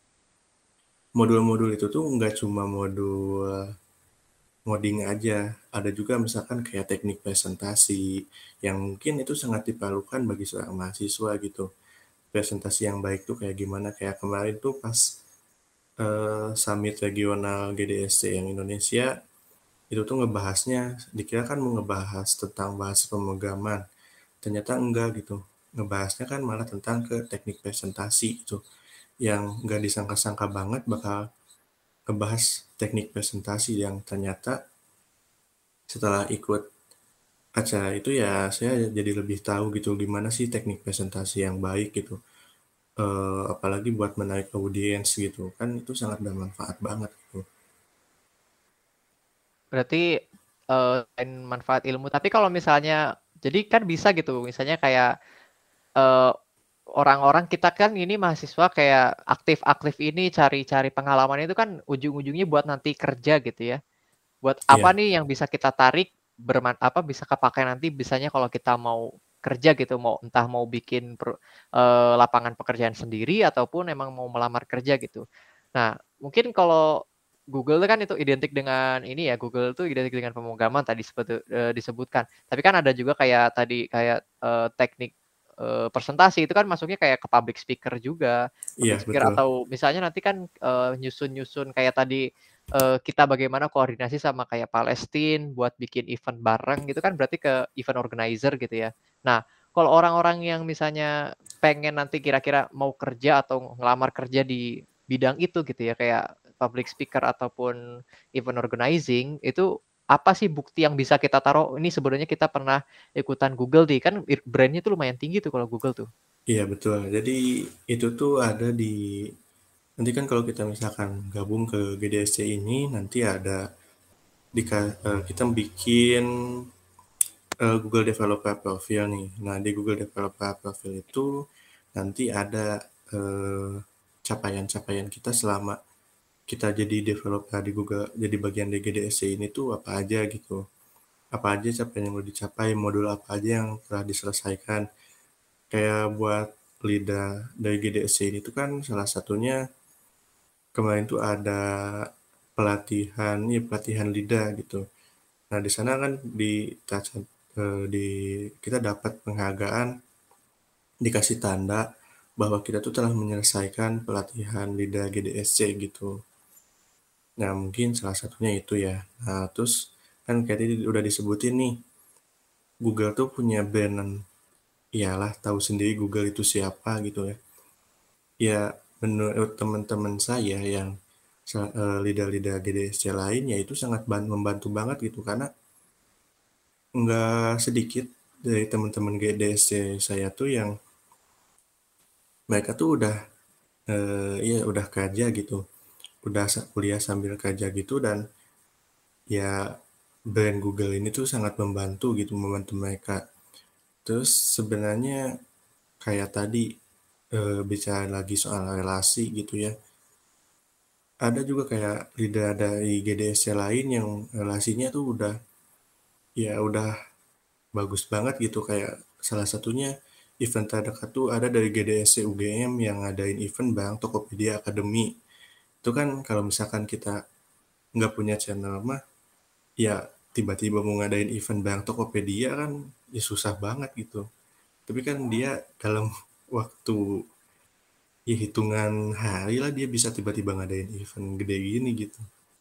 modul-modul itu tuh nggak cuma modul ngoding aja, ada juga misalkan kayak teknik presentasi yang mungkin itu sangat diperlukan bagi seorang mahasiswa gitu. Presentasi yang baik tuh kayak gimana? Kayak kemarin tuh pas eh, summit regional G D S C yang Indonesia itu tuh ngebahasnya dikira kan mau ngebahas tentang bahasa pemrograman ternyata enggak gitu ngebahasnya kan malah tentang ke teknik presentasi itu, yang nggak disangka-sangka banget bakal ngebahas teknik presentasi yang ternyata setelah ikut acara itu ya saya jadi lebih tahu gitu gimana sih teknik presentasi yang baik gitu. Eee, apalagi buat menarik audiens gitu kan itu sangat bermanfaat banget gitu. Berarti, eee, selain manfaat ilmu, tapi kalau misalnya jadi kan bisa gitu, misalnya kayak, eee, orang-orang kita kan ini mahasiswa kayak aktif-aktif ini cari-cari pengalaman itu kan ujung-ujungnya buat nanti kerja gitu ya. Buat apa Iya nih yang bisa kita tarik berman apa, bisa kepakai nanti misalnya kalau kita mau kerja gitu, mau entah mau bikin per eee, lapangan pekerjaan sendiri ataupun emang mau melamar kerja gitu. Nah, mungkin kalau Google kan itu identik dengan ini ya, Google itu identik dengan pemrograman tadi seperti eee, disebutkan. Tapi kan ada juga kayak tadi, kayak, eee, teknik, eee, presentasi itu kan masuknya kayak ke public speaker juga. iya Public speaker betul. atau misalnya nanti kan, eee, nyusun-nyusun kayak tadi, eee, kita bagaimana koordinasi sama kayak Palestine buat bikin event bareng gitu kan berarti ke event organizer gitu ya. Nah, kalau orang-orang yang misalnya pengen nanti kira-kira mau kerja atau ngelamar kerja di bidang itu gitu ya, kayak public speaker ataupun event organizing, itu apa sih bukti yang bisa kita taruh, ini sebenarnya kita pernah ikutan Google nih, kan ir brand-nya tuh lumayan tinggi tuh kalau Google tuh. Iya betul. Jadi itu tuh ada di nanti kan kalau kita misalkan gabung ke G D S C ini nanti ada dika eee, kita bikin, eee, Google Developer Profile nih. Nah di Google Developer Profile itu nanti ada, eee, capaian-capaian kita selama kita jadi developer di Google jadi bagian di G D S C ini tuh apa aja gitu. Apa aja capaian yang udah dicapai, modul apa aja yang telah diselesaikan. Kayak buat LIDA dari G D S C ini tuh kan salah satunya kemarin tuh ada pelatihan ya pelatihan LIDA gitu. Nah, di sana kan di eh, di kita dapat penghargaan, dikasih tanda bahwa kita tuh telah menyelesaikan pelatihan LIDA G D S C gitu. Nah, mungkin salah satunya itu ya. Nah, terus kan kayak tadi udah disebutin nih, Google tuh punya brand, iyalah tahu sendiri Google itu siapa gitu ya. Ya, menurut teman-teman saya yang sa- eh, lidah-lidah G D S C lain ya itu sangat ban- membantu banget gitu karena nggak sedikit dari teman-teman G D S C saya tuh yang mereka tuh udah eh, ya udah kerja gitu, udah sa- kuliah sambil kerja gitu dan ya brand Google ini tuh sangat membantu gitu membantu mereka. Terus sebenarnya kayak tadi eh, bicara lagi soal relasi gitu ya. Ada juga kayak leader dari G D S C lain yang relasinya tuh udah ya udah bagus banget gitu kayak salah satunya event terdekat tuh ada dari G D S C U G M yang ngadain event Bang Tokopedia Academy. Itu kan kalau misalkan kita nggak punya channel mah ya tiba-tiba mau ngadain event Bang Tokopedia kan ya susah banget gitu. Tapi kan dia dalam waktu ya hitungan hari lah dia bisa tiba-tiba ngadain event gede gini gitu.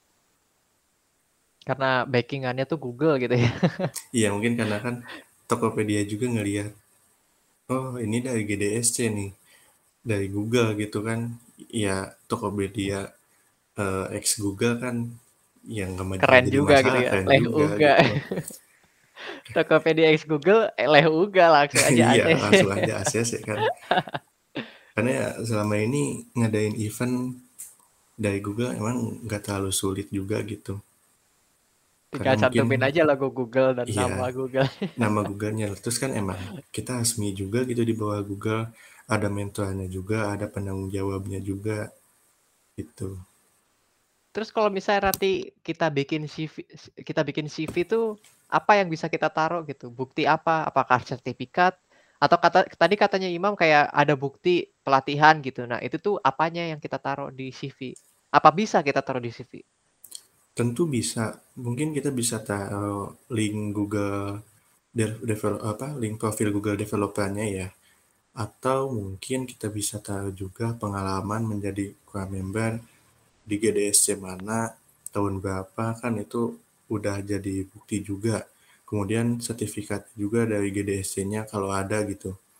Karena backing-annya tuh Google gitu ya. Iya mungkin karena kan Tokopedia juga ngelihat, oh ini dari G D S C nih, dari Google gitu kan. Ya Tokopedia eh, X Google kan yang nggak Keren jadi juga gitu masalah ya, keren Leh juga Uga. gitu. Tokopedia X Google, eh, Leh Uga langsung aja Iya A C C. langsung aja A C C kan. Karena ya selama ini ngadain event dari Google emang nggak terlalu sulit juga gitu. Karena Tinggal mungkin cantumin aja logo Google dan iya nama Google. nama Google-nya. Terus kan emang kita resmi juga gitu di bawah Google. Ada mentornya juga, ada penanggung jawabnya juga gitu. Terus kalau misalnya nanti kita bikin C V, kita bikin C V itu apa yang bisa kita taruh gitu? Bukti apa? Apakah sertifikat? Atau kata tadi katanya Imam kayak ada bukti pelatihan gitu. Nah, itu tuh apanya yang kita taruh di C V? Apa bisa kita taruh di C V? Tentu bisa, mungkin kita bisa taruh link Google develop apa link profil Google developernya ya. Atau mungkin kita bisa taruh juga pengalaman menjadi core member di G D S C mana tahun berapa kan itu udah jadi bukti juga. Kemudian sertifikat juga dari G D S C-nya kalau ada gitu.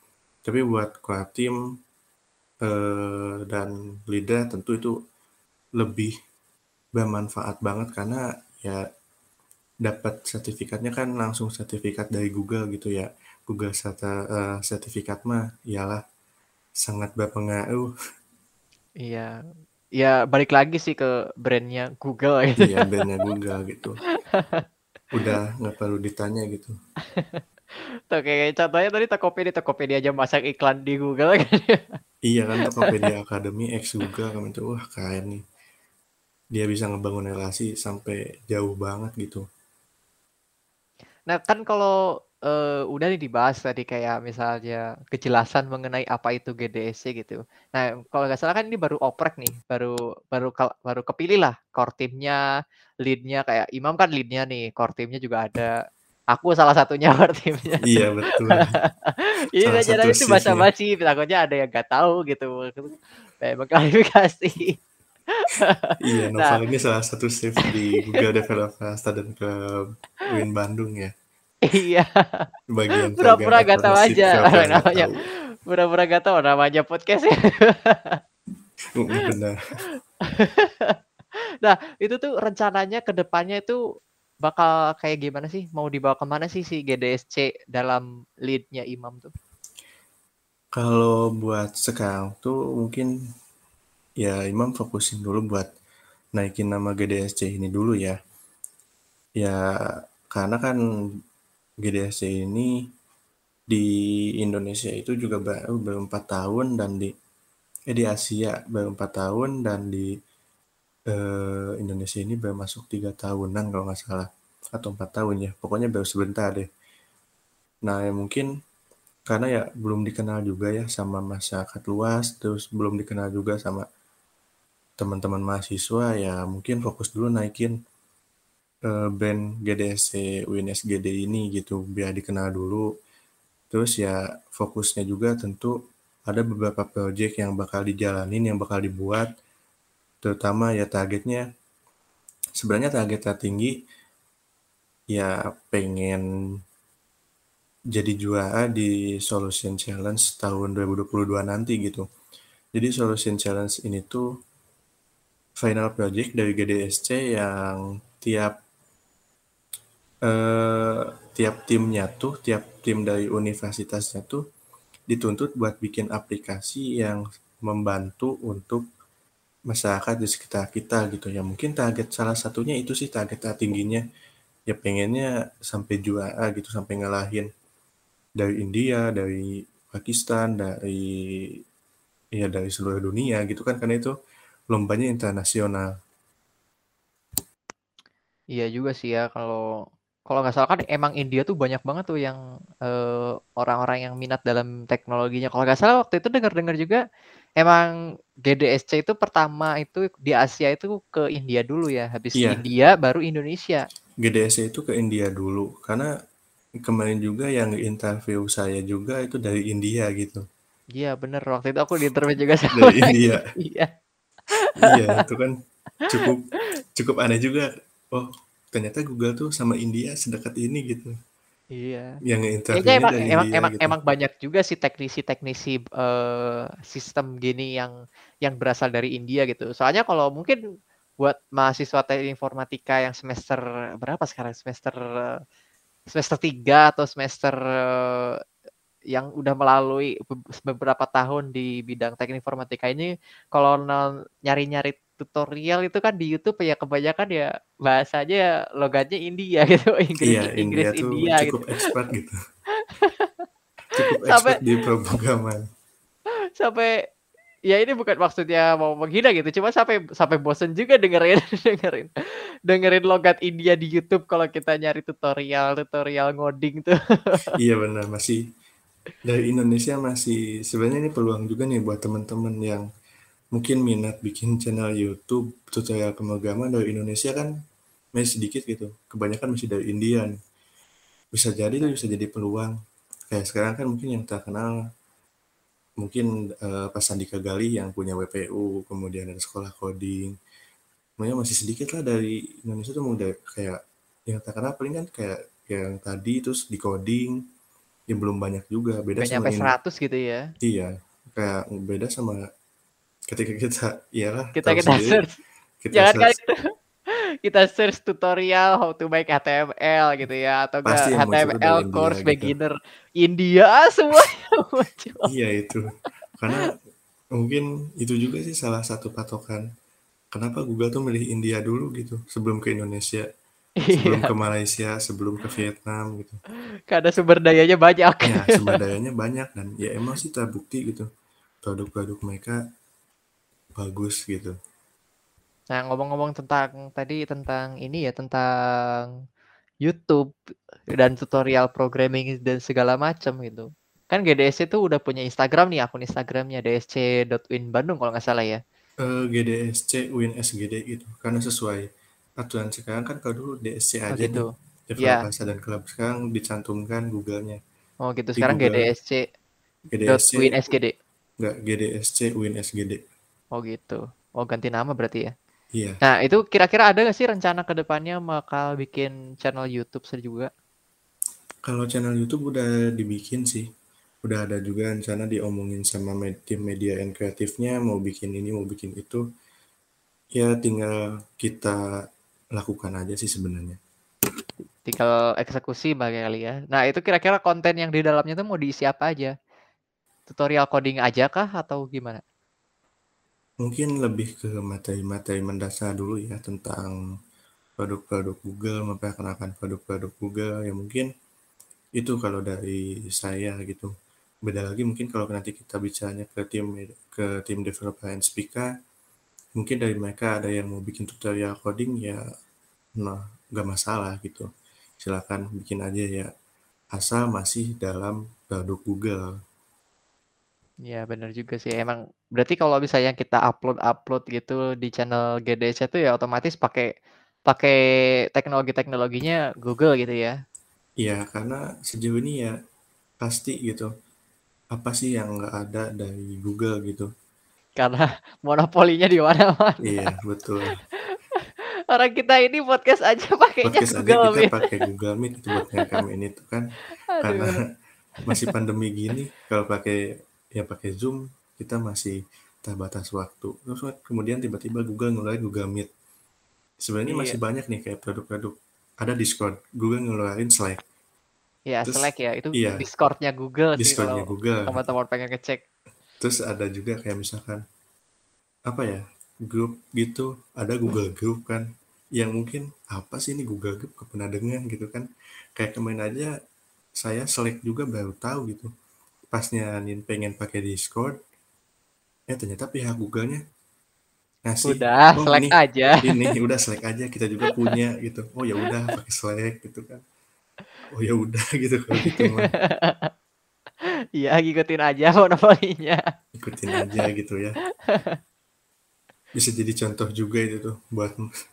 Tapi buat core team eh, dan leader tentu itu lebih bermanfaat banget karena ya dapat sertifikatnya kan langsung sertifikat dari Google gitu ya. Google serta- eh, sertifikat mah iyalah sangat berpengaruh. Iya. Ya balik lagi sih ke brandnya Google gitu. Iya, bandnya Google gitu. Udah nggak perlu ditanya gitu. Tuh, kayak contohnya tadi Tokopedia, Tokopedia aja masang iklan di Google kan. Iya kan Tokopedia Academy X Google kan itu wah keren nih. Dia bisa ngebangun relasi sampai jauh banget gitu. Nah, kan kalau eh, udah nih dibahas tadi kayak misalnya kejelasan mengenai apa itu G D S C gitu. Nah, kalau nggak salah kan ini baru oprek nih, baru baru ke- baru kepilih lah core teamnya, leadnya kayak Imam kan leadnya nih, core teamnya juga ada. Aku salah satunya core teamnya tuh. Iya betul. Ini Salah satu ajaran itu shiftnya. basa-basi, takutnya ada yang nggak tahu gitu. Kayak mengklarifikasi. Iya, Nah, Noval ini salah satu shift di Google Developer Student Club U I N Bandung ya. iya. Bagian program Pura-pura gak tahu apprenticeship aja siapa yang nggak namanya. tahu. Pura-pura gak tahu namanya podcast ya. Mm, benar. Nah, itu tuh rencananya ke depannya itu bakal kayak gimana sih? Mau dibawa kemana sih si G D S C dalam lead-nya Imam tuh? Kalau buat sekarang tuh mungkin ya Imam fokusin dulu buat naikin nama G D S C ini dulu ya. Ya karena kan G D S C ini di Indonesia itu juga baru baru empat tahun dan di eh di Asia baru empat tahun dan di eh, Indonesia ini baru masuk tiga tahunan kalau nggak salah atau empat tahun ya. Pokoknya baru sebentar deh. Nah ya mungkin karena ya belum dikenal juga ya sama masyarakat luas, terus belum dikenal juga sama teman-teman mahasiswa ya mungkin fokus dulu naikin eh, brand G D S C U N S G D ini gitu biar dikenal dulu. Terus ya fokusnya juga tentu ada beberapa project yang bakal dijalanin, yang bakal dibuat, terutama ya targetnya sebenarnya target tertinggi ya pengen jadi juara di Solution Challenge tahun dua ribu dua puluh dua nanti gitu. Jadi Solution Challenge ini tuh final project dari G D S C yang tiap eh, tiap timnya tuh, tiap tim dari universitasnya tuh dituntut buat bikin aplikasi yang membantu untuk masyarakat di sekitar kita gitu ya. Mungkin target salah satunya itu sih target tertingginya. Ya pengennya sampai juara gitu, sampai ngalahin dari India, dari Pakistan, dari ya dari seluruh dunia gitu kan karena itu lombanya internasional. Iya juga sih ya kalau kalau nggak salah kan emang India tuh banyak banget tuh yang eh, orang-orang yang minat dalam teknologinya. Kalau nggak salah waktu itu dengar-dengar juga emang G D S C itu pertama itu di Asia itu ke India dulu ya, habis Iya, India baru Indonesia. G D S itu ke India dulu karena kemarin juga yang interview saya juga itu dari India gitu. Iya bener waktu itu aku di interview juga sama Dari orang India. India. Iya, itu kan cukup cukup aneh juga. Oh, ternyata Google tuh sama India sedekat ini gitu. Iya. Yang Kayaknya interviewnya emang dari emang India emang gitu. emang banyak juga sih teknisi-teknisi eh, sistem gini yang yang berasal dari India gitu. Soalnya kalau mungkin buat mahasiswa teknik informatika yang semester berapa sekarang? Semester semester tiga atau semester eh, yang udah melalui beberapa tahun di bidang teknik informatika ini kalau nyari-nyari tutorial itu kan di YouTube ya kebanyakan ya bahasanya ya logatnya India gitu, Inggris Iya, India Inggris tuh India cukup gitu. expert gitu. Cukup expert Sampai di programan. sampai ya ini bukan maksudnya mau menghina gitu, cuma sampai sampai bosen juga dengerin dengerin dengerin logat India di YouTube kalau kita nyari tutorial tutorial ngoding tuh. Iya benar, masih dari Indonesia masih sebenarnya ini peluang juga nih buat teman-teman yang mungkin minat bikin channel YouTube tutorial pemrograman dari Indonesia kan masih sedikit gitu. Kebanyakan masih dari India nih. Bisa jadi tuh bisa jadi peluang. Kayak sekarang kan mungkin yang terkenal mungkin eh, Pak Sandika Gali yang punya W P U, kemudian ada sekolah coding. Sebenarnya masih sedikit lah dari Indonesia tuh udah kayak yang terkenal paling kan kayak yang tadi terus di coding ya belum banyak juga. Beda Nggak sama nyampe ini. seratus gitu ya. Iya, kayak beda sama ketika kita, iyalah Kita tahu kita sendiri, search. kita Jangan kali search kita search tutorial how to make H T M L gitu ya atau enggak pasti yang muncul tuh dari H T M L India course gitu. beginner India semuanya muncul. Iya itu, karena mungkin itu juga sih salah satu patokan kenapa Google tuh milih India dulu gitu sebelum ke Indonesia, sebelum ke Iya, Malaysia, sebelum ke Vietnam gitu. karena sumber dayanya banyak. Ya sumber dayanya banyak dan ya emang sih terbukti gitu produk-produk mereka bagus gitu. Nah, ngomong-ngomong tentang tadi tentang ini ya, tentang YouTube dan tutorial programming dan segala macam gitu. Kan G D S C tuh udah punya Instagram nih, akun Instagramnya d s c dot win bandung kalau nggak salah ya. Eh, G D S C, U I N S G D gitu. Karena sesuai aturan sekarang kan kalau dulu D S C Oh aja gitu. nih, Ya, developer asal dan klub. Sekarang dicantumkan Google-nya. oh gitu. Di Sekarang Google G D S C dot G D S C, win s g d. enggak G D S C, U I N S G D. Oh gitu. Oh ganti nama berarti ya. Iya. Nah, itu kira-kira ada nggak sih rencana ke depannya bakal bikin channel YouTube saya juga? Kalau channel YouTube udah dibikin sih. Udah ada juga rencana diomongin sama med- tim media and kreatifnya mau bikin ini, mau bikin itu. Ya tinggal kita lakukan aja sih sebenarnya. Tinggal eksekusi bagi kali ya. Nah, itu kira-kira konten yang di dalamnya tuh mau diisi apa aja? Tutorial coding aja kah atau gimana? Mungkin lebih ke materi-materi mendasar dulu ya tentang produk-produk Google, memperkenalkan produk-produk Google ya mungkin itu kalau dari saya gitu. Beda lagi mungkin kalau nanti kita bicaranya ke tim ke tim developer and speaker, mungkin dari mereka ada yang mau bikin tutorial coding ya, nah nggak masalah gitu. Silakan bikin aja ya, asal masih dalam produk Google. Ya benar juga sih. Emang berarti kalau misalnya kita upload-upload gitu di channel G D C tuh ya otomatis pakai pakai teknologi-teknologinya Google gitu ya. Ya karena sejauh ini ya pasti gitu. Apa sih yang nggak ada dari Google gitu? Karena monopolinya di mana-mana. Iya betul. Orang kita ini podcast aja pakainya Podcast aja Google kita Meet. pakai Google Meet itu buat ngerekam ini tuh kan karena Aduh. masih pandemi gini kalau pakai ya pakai Zoom kita masih terbatas waktu terus kemudian tiba-tiba Google ngeluarin Google Meet sebenarnya Iya. masih banyak nih kayak produk-produk ada Discord Google ngeluarin Slack Ya terus Slack ya. Itu iya Discord-nya Google sih kalau Discordnya Google teman-teman pengen ngecek. terus ada juga kayak misalkan apa ya grup gitu ada Google Group kan yang mungkin apa sih ini Google Group gak pernah dengar gitu kan kayak kemarin aja saya Slack juga baru tahu gitu pas nyaranin pengen pakai Discord ya ternyata pihak Google-nya ngasih Udah, oh Slack nih aja. ini udah Slack aja kita juga punya gitu oh ya udah pakai Slack gitu kan oh ya udah gitu kalau gitu mah Iya, ngikutin aja monopolinya. ikutin aja gitu ya bisa jadi contoh juga itu tuh buat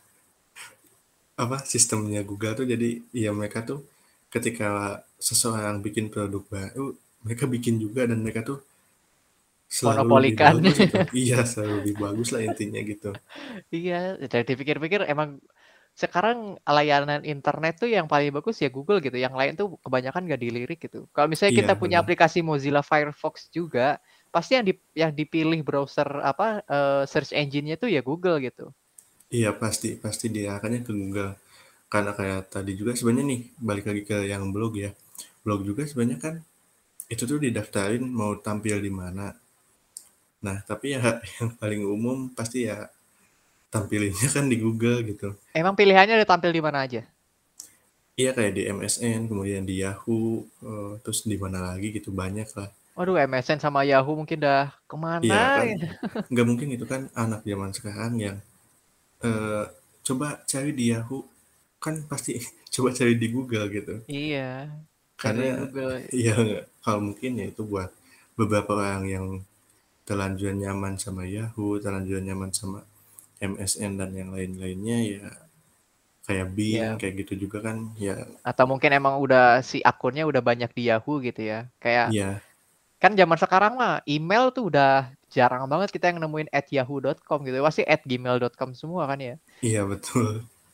apa sistemnya Google tuh jadi ya mereka tuh ketika seseorang bikin produk baru mereka bikin juga dan mereka tuh selalu lebih Monopolikan. bagus gitu iya selalu lebih bagus lah intinya gitu Iya, dari dipikir-pikir emang sekarang layanan internet tuh yang paling bagus ya Google gitu. Yang lain tuh kebanyakan nggak dilirik gitu. Kalau misalnya iya kita punya benar aplikasi Mozilla Firefox juga, pasti yang di, yang dipilih browser apa eh, search engine-nya tuh ya Google gitu. iya pasti pasti diarahkannya ke Google karena kayak tadi juga sebenarnya nih balik lagi ke yang blog ya blog juga sebenarnya kan itu tuh didaftarin mau tampil di mana nah tapi ya yang paling umum pasti ya tampilinnya kan di Google gitu Emang pilihannya udah tampil di mana aja? iya kayak di M S N kemudian di Yahoo eh, terus di mana lagi gitu banyak lah Waduh, M S N sama Yahoo mungkin dah kemana iya kan ya? nggak mungkin itu kan anak zaman sekarang yang eh, coba cari di Yahoo kan pasti coba cari di Google gitu Iya, cari karena di Google. ya kalau mungkin ya itu buat beberapa orang yang terlanjur nyaman sama Yahoo terlanjur nyaman sama M S N dan yang lain-lainnya ya kayak Bing Ya, kayak gitu juga kan ya atau mungkin emang udah si akunnya udah banyak di Yahoo gitu ya. Kayak ya kan zaman sekarang mah email tuh udah jarang banget kita yang nemuin at yahoo dot com gitu. Pasti at gmail dot com semua kan ya. iya betul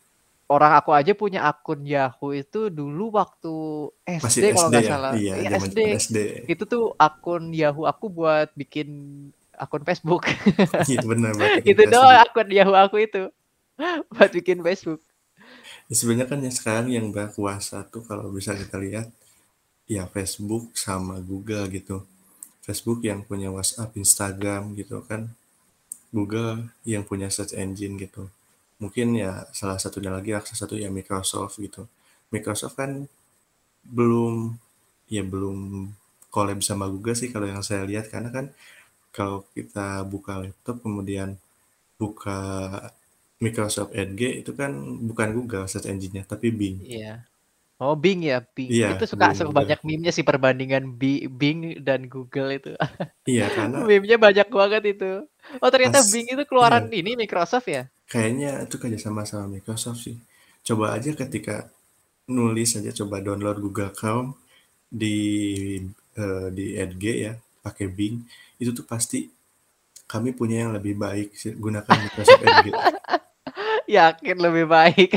orang aku aja punya akun Yahoo itu dulu waktu Masih S D kalau S D nggak ya? salah. Iya, Iya zaman-zaman S D. S D. Itu tuh akun Yahoo aku buat bikin akun Facebook. Iya benar, buat bikin Itu doang Facebook. akun Yahoo aku itu. Buat bikin Facebook. Ya, sebenarnya kan yang sekarang yang berkuasa tuh kalau bisa kita lihat ya Facebook sama Google gitu. Facebook yang punya WhatsApp, Instagram gitu kan. Google yang punya search engine gitu. Mungkin ya salah satunya lagi akses satu ya Microsoft gitu. Microsoft kan belum ya belum collab sama Google sih kalau yang saya lihat, karena kan kalau kita buka laptop kemudian buka Microsoft Edge itu kan bukan Google search engine-nya tapi Bing. Iya. Oh Bing ya, Bing. Iya, Itu suka belum suka Google. banyak meme-nya sih perbandingan Bi- Bing dan Google itu. Iya, karena Meme-nya banyak banget itu. Oh ternyata pas Bing itu keluaran iya ini Microsoft ya? kayaknya itu kerja sama sama Microsoft sih. Coba aja ketika nulis aja, coba download Google Chrome di eh, di Edge ya, pakai Bing, itu tuh pasti kami punya yang lebih baik sih, gunakan Microsoft Edge. Yakin lebih baik.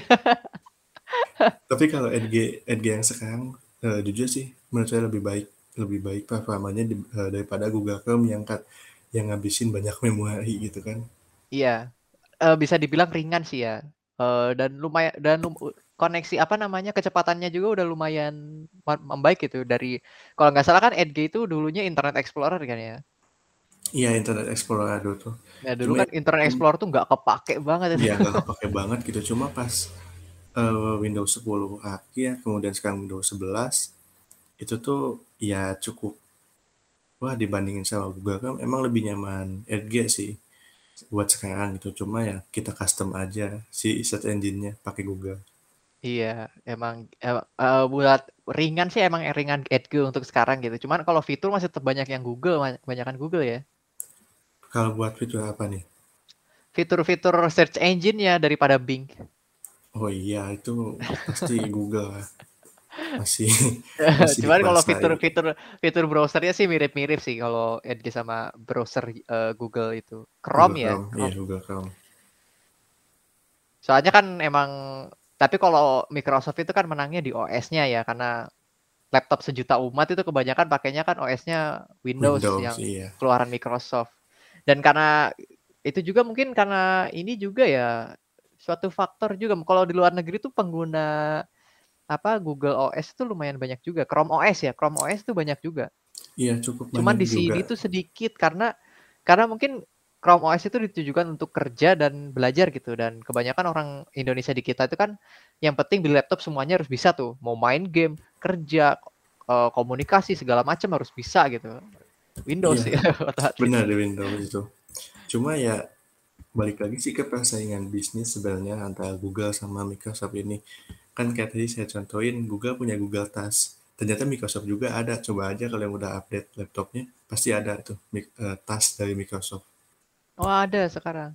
Tapi kalau Edge Edge yang sekarang eh, jujur sih menurut saya lebih baik, lebih baik performanya di- eh, daripada Google Chrome yang kat, yang ngabisin banyak memori gitu kan. Iya, eh, bisa dibilang ringan sih ya. Eh, dan lumayan dan lum- koneksi apa namanya kecepatannya juga udah lumayan ma- membaik gitu dari kalau nggak salah kan Edge itu dulunya Internet Explorer kan ya. Iya, Internet Explorer ada tuh. Ya dulu Cuma kan Internet Explorer tuh nggak kepake banget itu. ya nggak kepake banget gitu. Cuma pas eh, Windows sepuluh akhir, kemudian sekarang Windows sebelas, itu tuh ya cukup, wah dibandingin sama Google kan emang lebih nyaman Edge sih buat sekarang gitu. Cuma ya kita custom aja si search engine-nya pakai Google. Iya, emang eh, eh, buat ringan sih emang ringan Edge untuk sekarang gitu. Cuman kalau fitur masih tetap banyak yang Google, kebanyakan Google ya. Kalau buat fitur apa nih? Fitur-fitur search engine-nya daripada Bing. Oh iya, itu pasti Google lah. Masih masih Cuman kalau dikuasai. fitur-fitur fitur browsernya sih mirip-mirip sih kalau Edge sama browser eh, Google itu. Chrome Google ya, Chrome, iya Chrome. Google Chrome. Soalnya kan emang tapi kalau Microsoft itu kan menangnya di O S-nya ya karena laptop sejuta umat itu kebanyakan pakainya kan O S-nya Windows Windows, yang iya. keluaran Microsoft. Dan karena itu juga mungkin karena ini juga ya suatu faktor juga kalau di luar negeri tuh pengguna apa Google O S itu lumayan banyak juga. Chrome O S ya, Chrome O S itu banyak juga. Iya, cukup Cuman banyak di juga. sini tuh sedikit karena karena mungkin Chrome O S itu ditujukan untuk kerja dan belajar gitu dan kebanyakan orang Indonesia di kita itu kan yang penting di laptop semuanya harus bisa tuh mau main game kerja eh, komunikasi segala macam harus bisa gitu Windows Iya, sih otomatis. benar di Windows itu. Cuma ya balik lagi sih ke persaingan bisnis sebenarnya antara Google sama Microsoft ini. Kan kayak tadi saya contohin, Google punya Google Task. Ternyata Microsoft juga ada. Coba aja kalau yang udah update laptopnya, pasti ada tuh Mic- eh, Task dari Microsoft. Oh ada sekarang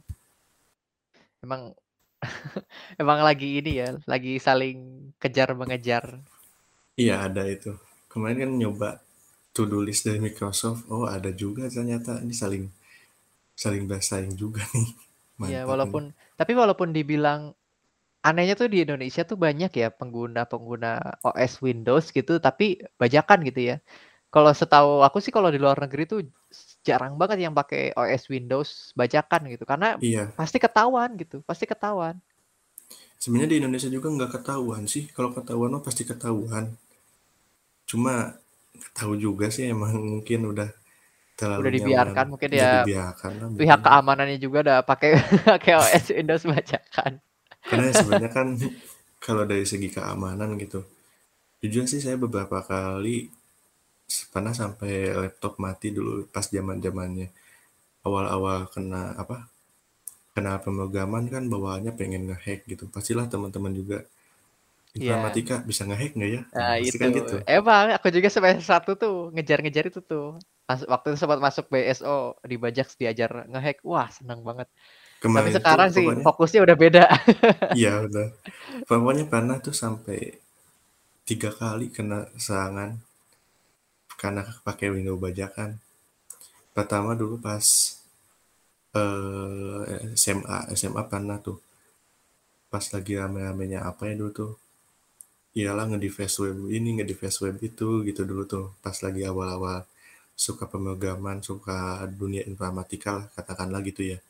emang emang lagi ini ya lagi saling kejar mengejar. Iya, ada itu. Kemarin kan nyoba to-do list dari Microsoft. Oh, ada juga ternyata. Ini saling saling bersaing juga nih. Iya Mantap ini. walaupun tapi walaupun dibilang anehnya tuh di Indonesia tuh banyak ya pengguna-pengguna O S Windows gitu, tapi bajakan gitu ya. Kalau setahu aku sih kalau di luar negeri tuh jarang banget yang pakai O S Windows bajakan gitu, karena Iya, pasti ketahuan gitu, pasti ketahuan. sebenarnya di Indonesia juga nggak ketahuan sih. Kalau ketahuan mah pasti ketahuan. Cuma nggak tahu juga sih, emang mungkin udah terlalu Udah nyaman. dibiarkan mungkin Udah ya dibiarkan lah pihak mungkin ya. keamanannya juga udah pakai pakai O S Windows bajakan. Karena ya sebenarnya kan kalau dari segi keamanan gitu. Jujur sih saya beberapa kali pernah sampai laptop mati dulu pas zaman-zamannya. Awal-awal kena apa? Kena pemrograman kan bawaannya pengen ngehack gitu. Pastilah teman-teman juga Iya. informatika bisa ngehack nggak ya? Nah, Nah, pasti itu. kan gitu. Emang aku juga semester satu tuh ngejar-ngejar itu tuh. Pas, waktu itu sempat masuk B S O dibajak diajar ngehack. Wah, seneng banget. Tapi Kemarin itu sekarang sih pokoknya, fokusnya udah beda. iya udah. Pokoknya pernah tuh sampai tiga kali kena serangan karena pakai Windows bajakan. Pertama dulu pas eh, S M A, S M A pernah tuh. pas lagi rame-ramenya apa ya dulu tuh, iyalah nge-device web ini, nge-device web itu gitu dulu tuh, pas lagi awal-awal suka pemrograman, suka dunia informatika lah katakanlah gitu ya.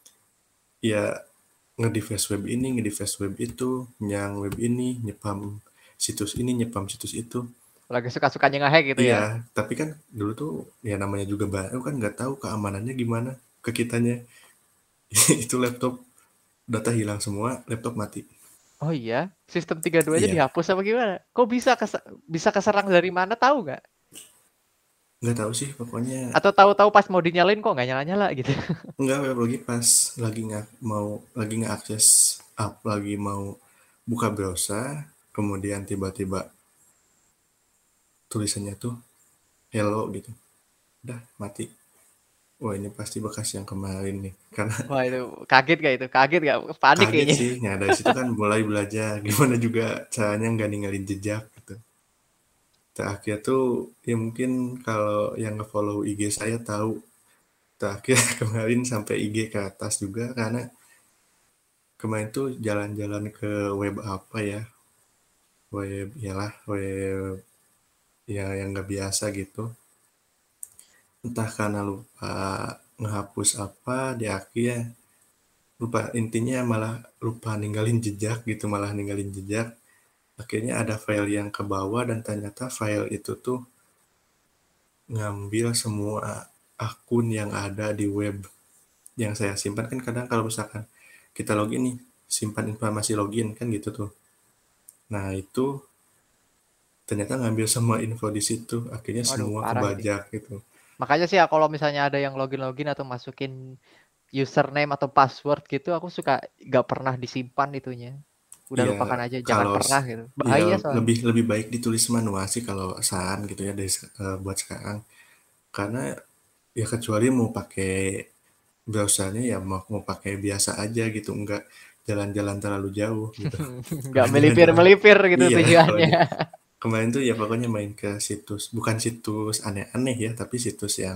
Ya nge-device web ini, nge-device web itu, nyang web ini, nyepam situs ini, nyepam situs itu. Lagi suka-sukanya nge-hack gitu ya. Iya, tapi kan dulu tuh ya namanya juga baru kan nggak tahu keamanannya gimana ke kitanya. Itu laptop data hilang semua, laptop mati. Oh iya, sistem tiga puluh dua-nya Iya, dihapus apa gimana? Kok bisa kes bisa keserang dari mana tahu nggak? nggak tahu sih pokoknya. Atau tahu-tahu pas mau dinyalain kok nggak nyala-nyala gitu? Nggak, lagi pas lagi nggak mau lagi nggak akses up, lagi mau buka browser, kemudian tiba-tiba tulisannya tuh hello gitu, udah mati. Wah ini pasti bekas yang kemarin nih, karena Wah itu kaget gak itu? Kaget gak? Panik kaget kayaknya. sih. Nah dari situ kan mulai belajar gimana juga caranya nggak ninggalin jejak gitu. Terakhir tuh ya mungkin kalau yang nge-follow I G saya tahu, terakhir kemarin sampai I G ke atas juga karena kemarin tuh jalan-jalan ke web apa ya, web iyalah web ya yang nggak biasa gitu, entah karena lupa ngehapus apa di akhir, lupa intinya malah lupa ninggalin jejak gitu, malah ninggalin jejak. Akhirnya ada file yang ke bawah dan ternyata file itu tuh ngambil semua akun yang ada di web yang saya simpan. Kan kadang kalau misalkan kita login nih, simpan informasi login kan gitu tuh. Nah itu ternyata ngambil semua info di situ, akhirnya Waduh, semua parah ini. kebajak gitu. Makanya sih ya kalau misalnya ada yang login-login atau masukin username atau password gitu, aku suka gak pernah disimpan itunya. Udah Iya, lupakan aja, jangan kalau pernah gitu. ya Bahaya soalnya. lebih lebih baik ditulis manual sih kalau saran gitu ya dari eh, buat sekarang. Karena ya kecuali mau pakai browsernya ya mau mau pakai biasa aja gitu, enggak jalan-jalan terlalu jauh gitu. Gak Kalau jalan-jalan melipir-melipir gitu iya, kalau tujuannya. j- kemarin tuh ya pokoknya main ke situs, bukan situs aneh-aneh ya, tapi situs yang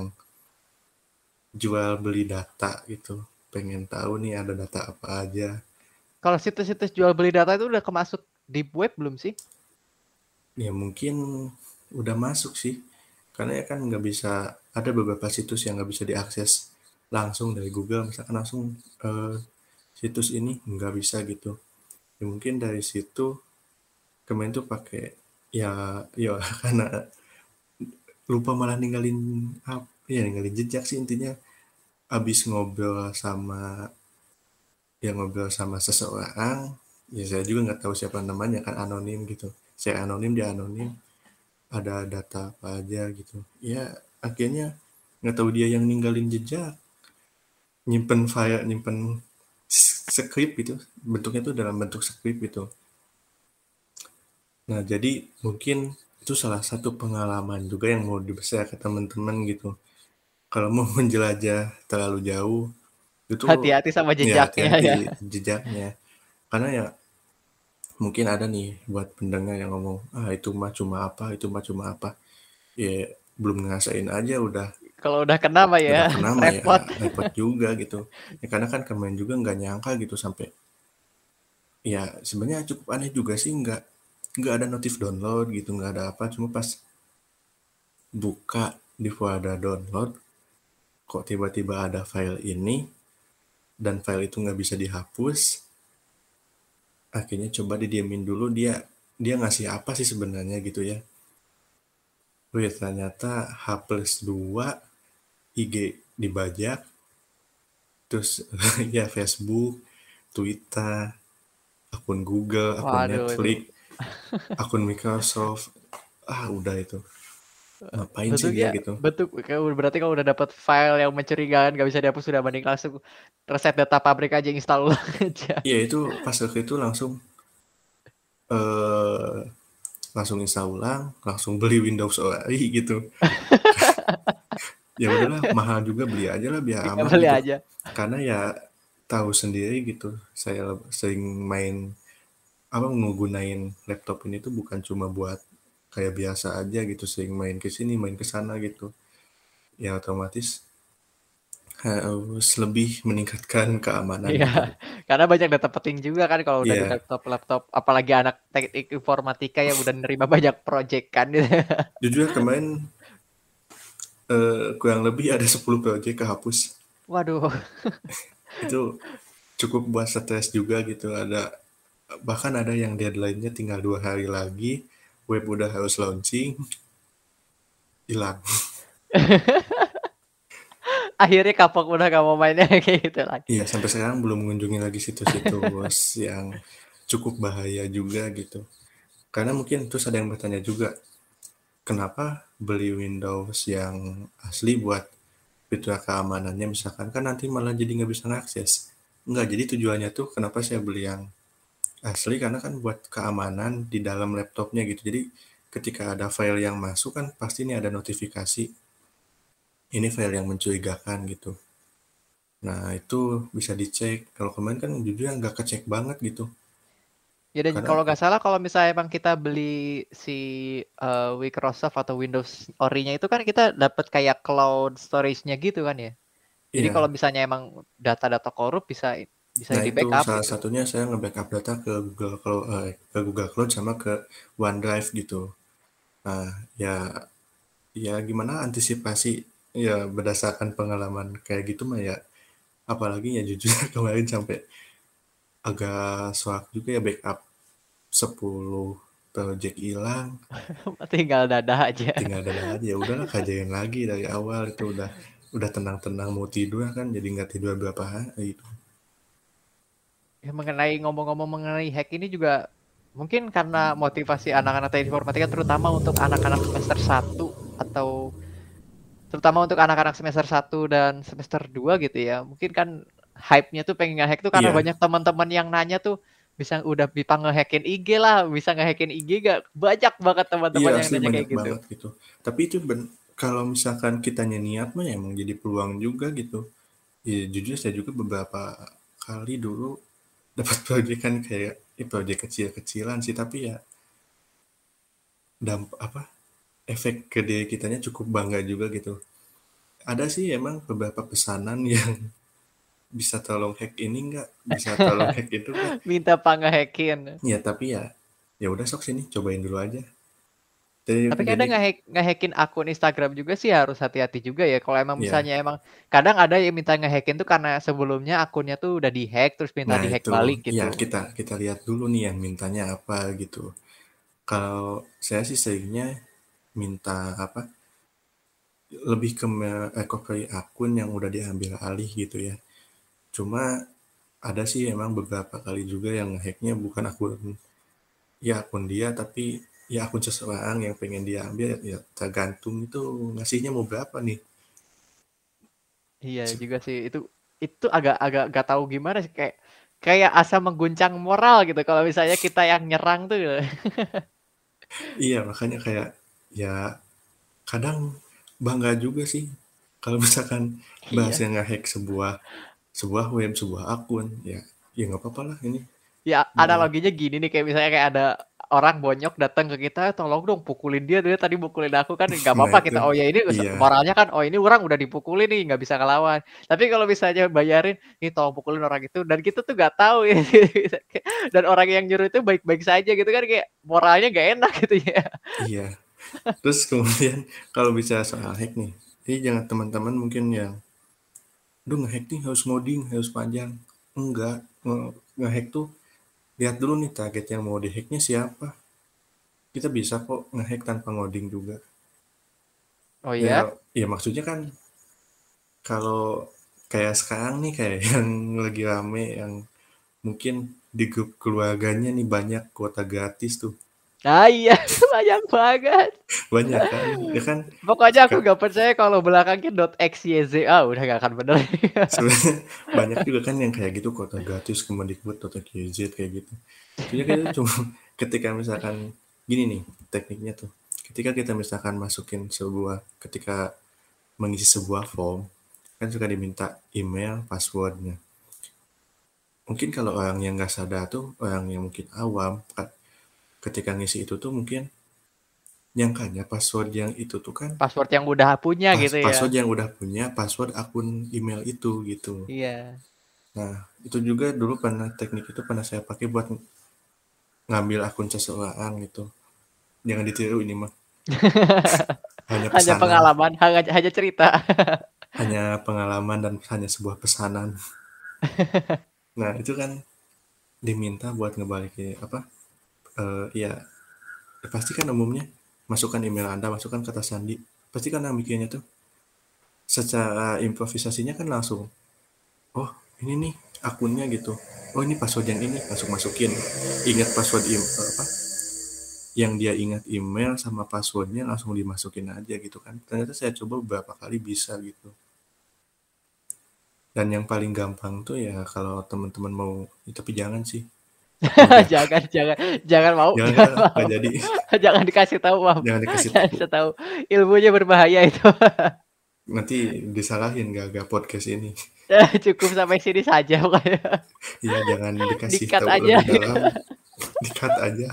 jual beli data gitu. Pengen tahu nih ada data apa aja. Kalau situs-situs jual beli data itu udah kemasuk deep web belum sih? Ya mungkin udah masuk sih, karena ya kan nggak bisa, ada beberapa situs yang nggak bisa diakses langsung dari Google, misalkan langsung eh, situs ini nggak bisa gitu. Ya mungkin dari situ kemarin tuh pakai ya ya karena lupa malah ninggalin apa ya, ninggalin jejak sih intinya. Abis ngobrol sama ya ngobrol sama seseorang, ya saya juga nggak tahu siapa namanya kan, anonim gitu, saya anonim dia anonim, ada data apa aja gitu ya. Akhirnya nggak tahu dia yang ninggalin jejak, nyimpen file, nyimpen script gitu, bentuknya tuh dalam bentuk script gitu. Nah jadi mungkin itu salah satu pengalaman juga yang mau di-share ke teman-teman gitu, kalau mau menjelajah terlalu jauh itu Hati-hati sama ya jejaknya hati-hati ya. jejaknya. Karena ya mungkin ada nih buat pendengar yang ngomong ah itu mah cuma apa, itu mah cuma apa, ya belum ngerasain aja udah Kalau udah kena mah ya udah kena mah ya repot. repot juga gitu. Ya karena kan kemarin juga nggak nyangka gitu sampai ya sebenarnya cukup aneh juga sih, nggak nggak ada notif download gitu, nggak ada apa, cuma pas buka di folder download kok tiba-tiba ada file ini dan file itu nggak bisa dihapus. Akhirnya coba didiemin dulu, dia dia ngasih apa sih sebenarnya gitu ya. Oh ya ternyata H plus dua I G dibajak, terus ya Facebook, Twitter, akun Google, akun Waduh itu. Netflix, akun Microsoft. Ah udah itu. Ngapain sih dia Bentuknya gitu. bentuk kayak berarti kalau udah dapat file yang mencurigakan gak bisa dihapus sudah mending langsung reset data pabrik aja, install ulang aja. Iya itu pas waktu itu langsung eh langsung install ulang, langsung beli Windows O S gitu. Ya udahlah mahal juga, beli aja lah biar Ya aman beli gitu. aja. Karena ya tahu sendiri gitu, saya sering main apa menggunain laptop ini tuh bukan cuma buat kayak biasa aja gitu, sering main ke sini main ke sana gitu, ya otomatis harus lebih meningkatkan keamanan Iya, gitu. karena banyak data penting juga kan kalau udah di Iya, laptop-laptop, apalagi anak teknik informatika yang udah nerima banyak project kan gitu. jujur kemarin eh, kurang lebih ada sepuluh proyek kehapus. Waduh, Itu cukup buat stres juga gitu. Ada bahkan ada yang deadline-nya tinggal dua hari lagi, web udah harus launching, hilang. akhirnya kapok udah gak mau mainnya kayak gitu lagi. Iya, sampai sekarang belum mengunjungi lagi situs-situs yang cukup bahaya juga gitu. Karena mungkin terus ada yang bertanya juga, kenapa beli Windows yang asli buat fitur keamanannya misalkan kan nanti malah jadi nggak bisa ngakses. Enggak, jadi tujuannya tuh kenapa saya beli yang asli karena kan buat keamanan di dalam laptopnya gitu. Jadi ketika ada file yang masuk kan pasti ini ada notifikasi ini file yang mencurigakan gitu. Nah itu bisa dicek. Kalau kemarin kan jujur nggak kecek banget gitu. Ya dan Karena kalau nggak salah kalau misalnya emang kita beli si uh, Microsoft atau Windows Ori-nya itu kan kita dapat kayak cloud storage-nya gitu kan ya. Jadi kalau iya, misalnya emang data-data korup bisa bisa nah di itu backup salah gitu. satunya saya nge-backup data ke Google Cloud, eh, ke Google Cloud sama ke OneDrive gitu. Nah ya ya gimana antisipasi ya berdasarkan pengalaman kayak gitu mah ya apalagi ya jujur kemarin sampai agak suak juga ya backup sepuluh project hilang Tinggal dadah aja. tinggal ada aja ya udahlah kajain lagi dari awal itu udah udah tenang-tenang mau tidur kan jadi nggak tidur berapa hari itu. Ya, mengenai ngomong-ngomong mengenai hack ini juga mungkin karena motivasi anak-anak teknik informatika terutama untuk anak-anak semester satu atau terutama untuk anak-anak semester satu dan semester dua gitu ya. Mungkin kan hype-nya tuh pengen nge-hack tuh karena Iya, banyak teman-teman yang nanya tuh bisa udah bisa nge-hackin I G lah, bisa nge-hackin I G gak? Banyak banget iya teman-teman yang asli nanya banyak kayak gitu. banget gitu tapi itu ben kalau misalkan kitanya niat mah ya emang jadi peluang juga gitu ya jujur saya juga beberapa kali dulu dapat proyek kan kayak ini proyek kecil-kecilan sih tapi ya damp apa efek ke diri kitanya cukup bangga juga gitu. Ada sih emang beberapa pesanan yang bisa tolong hack ini enggak, bisa tolong hack itu enggak. Minta pak nge-hackin. Ya tapi ya ya udah sok sini cobain dulu aja. Jadi Tapi jadi kadang nge-hack nge-hackin akun Instagram juga sih harus hati-hati juga ya. Kalau emang ya. misalnya emang kadang ada yang minta nge-hackin tuh karena sebelumnya akunnya tuh udah di-hack terus minta Nah di-hack itu balik ya gitu. kita kita lihat dulu nih yang mintanya apa gitu. Kalau saya sih seringnya minta apa lebih ke recovery akun yang udah diambil alih gitu ya. Cuma ada sih emang beberapa kali juga yang hacknya bukan akun ya akun dia tapi ya akun seseorang yang pengen dia ambil ya tergantung itu ngasihnya mau berapa nih. Iya juga sih itu itu agak agak gak tahu gimana sih kayak kayak asa mengguncang moral gitu kalau misalnya kita yang nyerang tuh. Iya makanya kayak ya kadang bangga juga sih kalau misalkan Iya. berhasil ngehack sebuah sebuah web sebuah akun ya ya nggak apa-apa lah ini Ya bener. analoginya gini nih kayak misalnya kayak ada orang bonyok datang ke kita tolong dong pukulin dia dia tadi pukulin aku kan nggak Nah apa-apa itu kita oh ya ini iya moralnya kan oh ini orang udah dipukulin nih nggak bisa ngelawan tapi kalau misalnya bayarin nih tolong pukulin orang itu dan kita tuh nggak tahu ya dan orang yang nyuruh itu baik-baik saja gitu kan kayak moralnya nggak enak gitu ya. iya terus kemudian kalau bicara soal hack nih ini jangan teman-teman mungkin yang duh ngehack nih harus ngoding harus panjang enggak nge- ngehack tuh lihat dulu nih target yang mau dihacknya siapa kita bisa kok ngehack tanpa ngoding juga Oh ya ya. ya maksudnya kan kalau kayak sekarang nih kayak yang lagi rame yang mungkin di grup keluarganya nih banyak kuota gratis tuh Nah iya banyak banget. banyak kan ya kan Pokoknya aku Kak, nggak percaya kalau belakangnya .xyz ah udah nggak akan bener. sebenarnya banyak juga kan yang kayak gitu kuota gratis Kemendikbud atau K Z kayak gitu sebenarnya kita cuma ketika misalkan gini nih tekniknya tuh ketika kita misalkan masukin sebuah ketika mengisi sebuah form kan suka diminta email passwordnya mungkin kalau orang yang nggak sadar tuh orang yang mungkin awam ketika ngisi itu tuh mungkin nyangkanya password yang itu tuh kan Password yang udah punya pas gitu password ya. yang udah punya password akun email itu gitu. Iya. Nah, itu juga dulu pernah teknik itu pernah saya pakai buat ngambil akun seseorang gitu. Jangan ditiru ini mah. Hanya Hanya pesanan, pengalaman, hanya hanya cerita. hanya pengalaman dan hanya sebuah pesanan. Nah, itu kan diminta buat ngebalikin apa? Eh ya, ya pasti kan umumnya masukkan email Anda, masukkan kata sandi. Pasti kan yang mikirnya tuh secara improvisasinya kan langsung, oh ini nih akunnya gitu. Oh ini password yang ini masuk masukin. Ingat password im- apa? Yang dia ingat email sama passwordnya langsung dimasukin aja gitu kan. Ternyata saya coba beberapa kali bisa gitu. Dan yang paling gampang tuh ya kalau teman-teman mau, ya, tapi jangan sih, mudah. Jangan jangan jangan mau Jangan jangan nggak mau. nggak jadi, Jangan dikasih tahu, Mam. jangan dikasih Jangan tahu. dikasih tahu. Ilmunya berbahaya itu. Nanti disalahin gak podcast ini. Cukup sampai sini saja pokoknya. Iya jangan dikasih Di-cut tahu aja lebih gitu. dalam, dikat aja.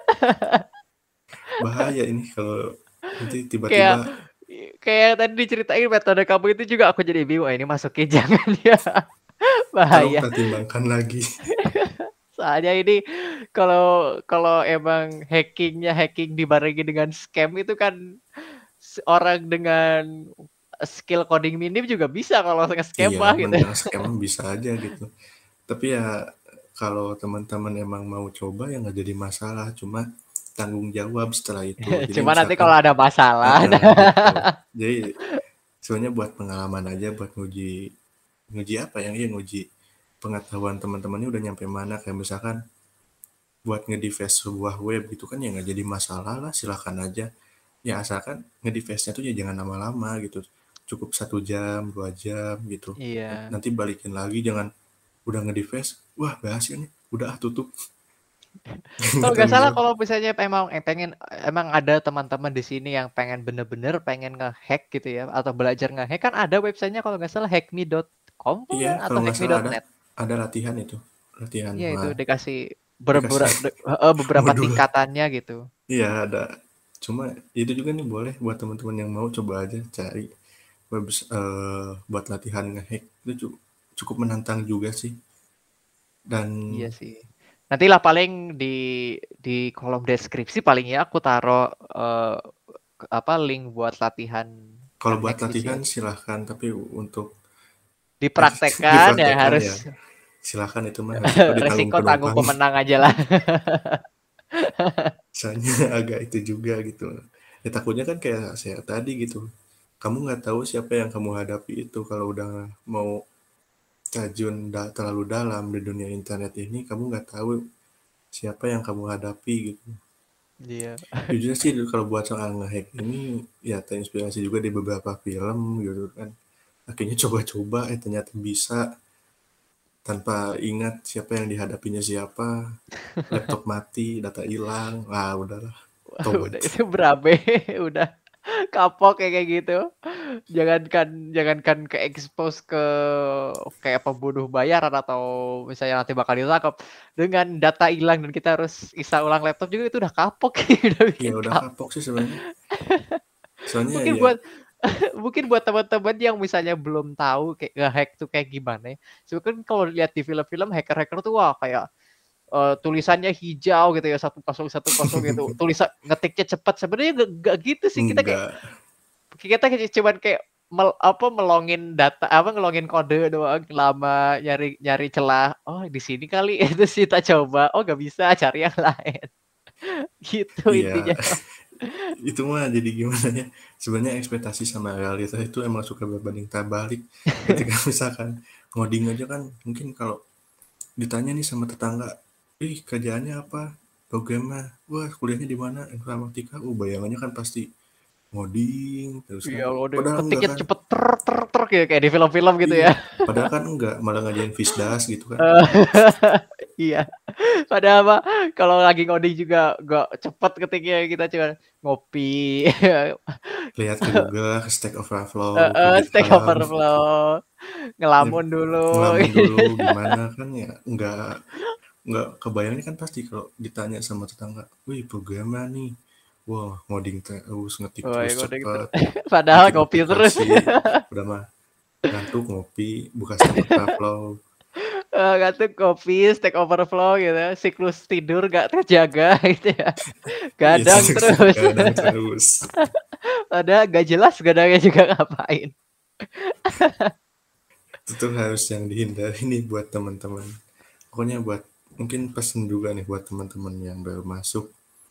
Bahaya ini kalau nanti Kayak tiba-tiba kayak tadi diceritain metode kamu itu juga aku jadi bingung, "Wah, ini masukin jangan ya." tolong Bahaya. pertimbangkan lagi. Soalnya ini kalau kalau emang hackingnya hacking dibarengi dengan scam itu kan s orang dengan skill coding minim juga bisa kalau nge-scam Iya mah gitu. benar, scam bisa aja gitu. Tapi ya kalau teman-teman emang mau coba ya nggak jadi masalah, cuma tanggung jawab setelah itu. Jadi Cuma nanti misalkan, kalau ada masalah, heeh, nah gitu. Jadi sebenarnya buat pengalaman aja, buat nguji nguji apa yang ya nguji pengetahuan teman-temannya udah nyampe mana. Kayak misalkan buat nge-device sebuah web gitu kan ya nggak jadi masalah lah, silahkan aja. Ya asalkan nge-device-nya tuh ya jangan lama-lama gitu. Cukup satu jam, dua jam gitu. iya. Nanti balikin lagi, jangan udah nge-device, wah berhasil nih, udah ah, tutup. Kalau Nggak nggak tanggung salah jawab. kalau misalnya emang eh, pengen emang ada teman-teman di sini yang pengen bener-bener pengen nge-hack gitu ya atau belajar nge-hack kan ada websitenya kalau nggak salah hackme dot com Iya, atau kalau nggak hackme salah dot ada net. ada latihan itu, latihan Iya itu wah, dikasih dikasih berbera de heeh, beberapa modul. tingkatannya gitu. Iya ada. Cuma itu juga nih boleh buat teman-teman yang mau coba aja cari web eh, buat latihan ngehack itu cu- cukup menantang juga sih. Dan Iya sih. Nantilah paling di di kolom deskripsi paling ya aku taruh eh, apa link buat latihan kalau buat nge-hack di latihan sini. silahkan, tapi untuk Dipraktekkan ya dipraktekkan harus ya silahkan, itu mah resiko ditanggung resiko tanggung penumpang. pemenang aja lah. Soalnya agak itu juga gitu. Ya takutnya kan kayak saya tadi gitu. Kamu nggak tahu siapa yang kamu hadapi itu kalau udah mau terjun da- terlalu dalam di dunia internet ini, kamu nggak tahu siapa yang kamu hadapi gitu. Iya. Jujur sih kalau buat soal ngehack ini ya terinspirasi juga di beberapa film gitu kan. Akhirnya coba-coba, eh ternyata bisa tanpa ingat siapa yang dihadapinya siapa. Laptop mati, data hilang, ah udahlah, Wah, tobat. udah itu berabe, udah kapok kayak kayak gitu. Jangankan jangankan ke-expose ke kayak pembunuh bayaran atau misalnya nanti bakal ditangkap, dengan data hilang dan kita harus isa ulang laptop juga itu udah kapok, udah Ya bikin udah kapok kapok. sih sebenarnya. Soalnya Mungkin ya buat mungkin buat teman-teman yang misalnya belum tahu kayak nge-hack tuh kayak gimana ya. Sebenarnya kan kalau lihat di film-film hacker-hacker tuh wah kayak eh, tulisannya hijau gitu ya satu kosong satu kosong gitu. Tulisan ngetiknya cepat. Sebenarnya gak, gak gitu sih kita kayak enggak. kita kayak cuman kayak mel, apa melongin data apa ngelongin kode doang lama nyari nyari celah. Oh, di sini kali itu sih kita coba. Oh, gak bisa cari yang lain. Gitu Iya, intinya. itu mah jadi gimana ya? Sebenarnya ekspektasi sama realitas itu emang suka berbanding terbalik. Ketika misalkan ngoding aja kan, mungkin kalau ditanya nih sama tetangga, ih kerjaannya apa? Programnya, wah kuliahnya di mana? Informatika. Uh, bayangannya kan pasti ngoding terus kan. Iya, udah Padahal enggak ketiknya kan? cepet ter ter ter gitu kayak di film-film gitu Iya, ya. padahal kan enggak, malah ngajarin Fisdas gitu kan. Eh, iya. Padahal Pak, kalau lagi ngoding juga nggak cepet ketiknya kita cuma ngopi. Lihat ke Google, ke Stack Overflow, ke Heeh, Stack GitHub, Overflow, ya, ngelamun dulu. ngelamun dulu gimana kan ya nggak nggak kebayangnya kan pasti kalau ditanya sama tetangga, wih programnya nih, wah ngoding terus, ngetik Oh, terus ya ngoding ter cepet, padahal bikin ngopi terus. aplikasi, udah mah ngantuk ngopi, buka Stack Overflow. Eee, ngantuk ngopi, Stack Overflow gitu ya, siklus tidur nggak terjaga gitu ya, Iya, gadang terus. kadang terus. Padahal nggak jelas gadangnya juga ngapain. Itu tuh harus yang dihindari nih buat teman-teman. Pokoknya buat mungkin pesen juga nih buat teman-teman yang baru masuk,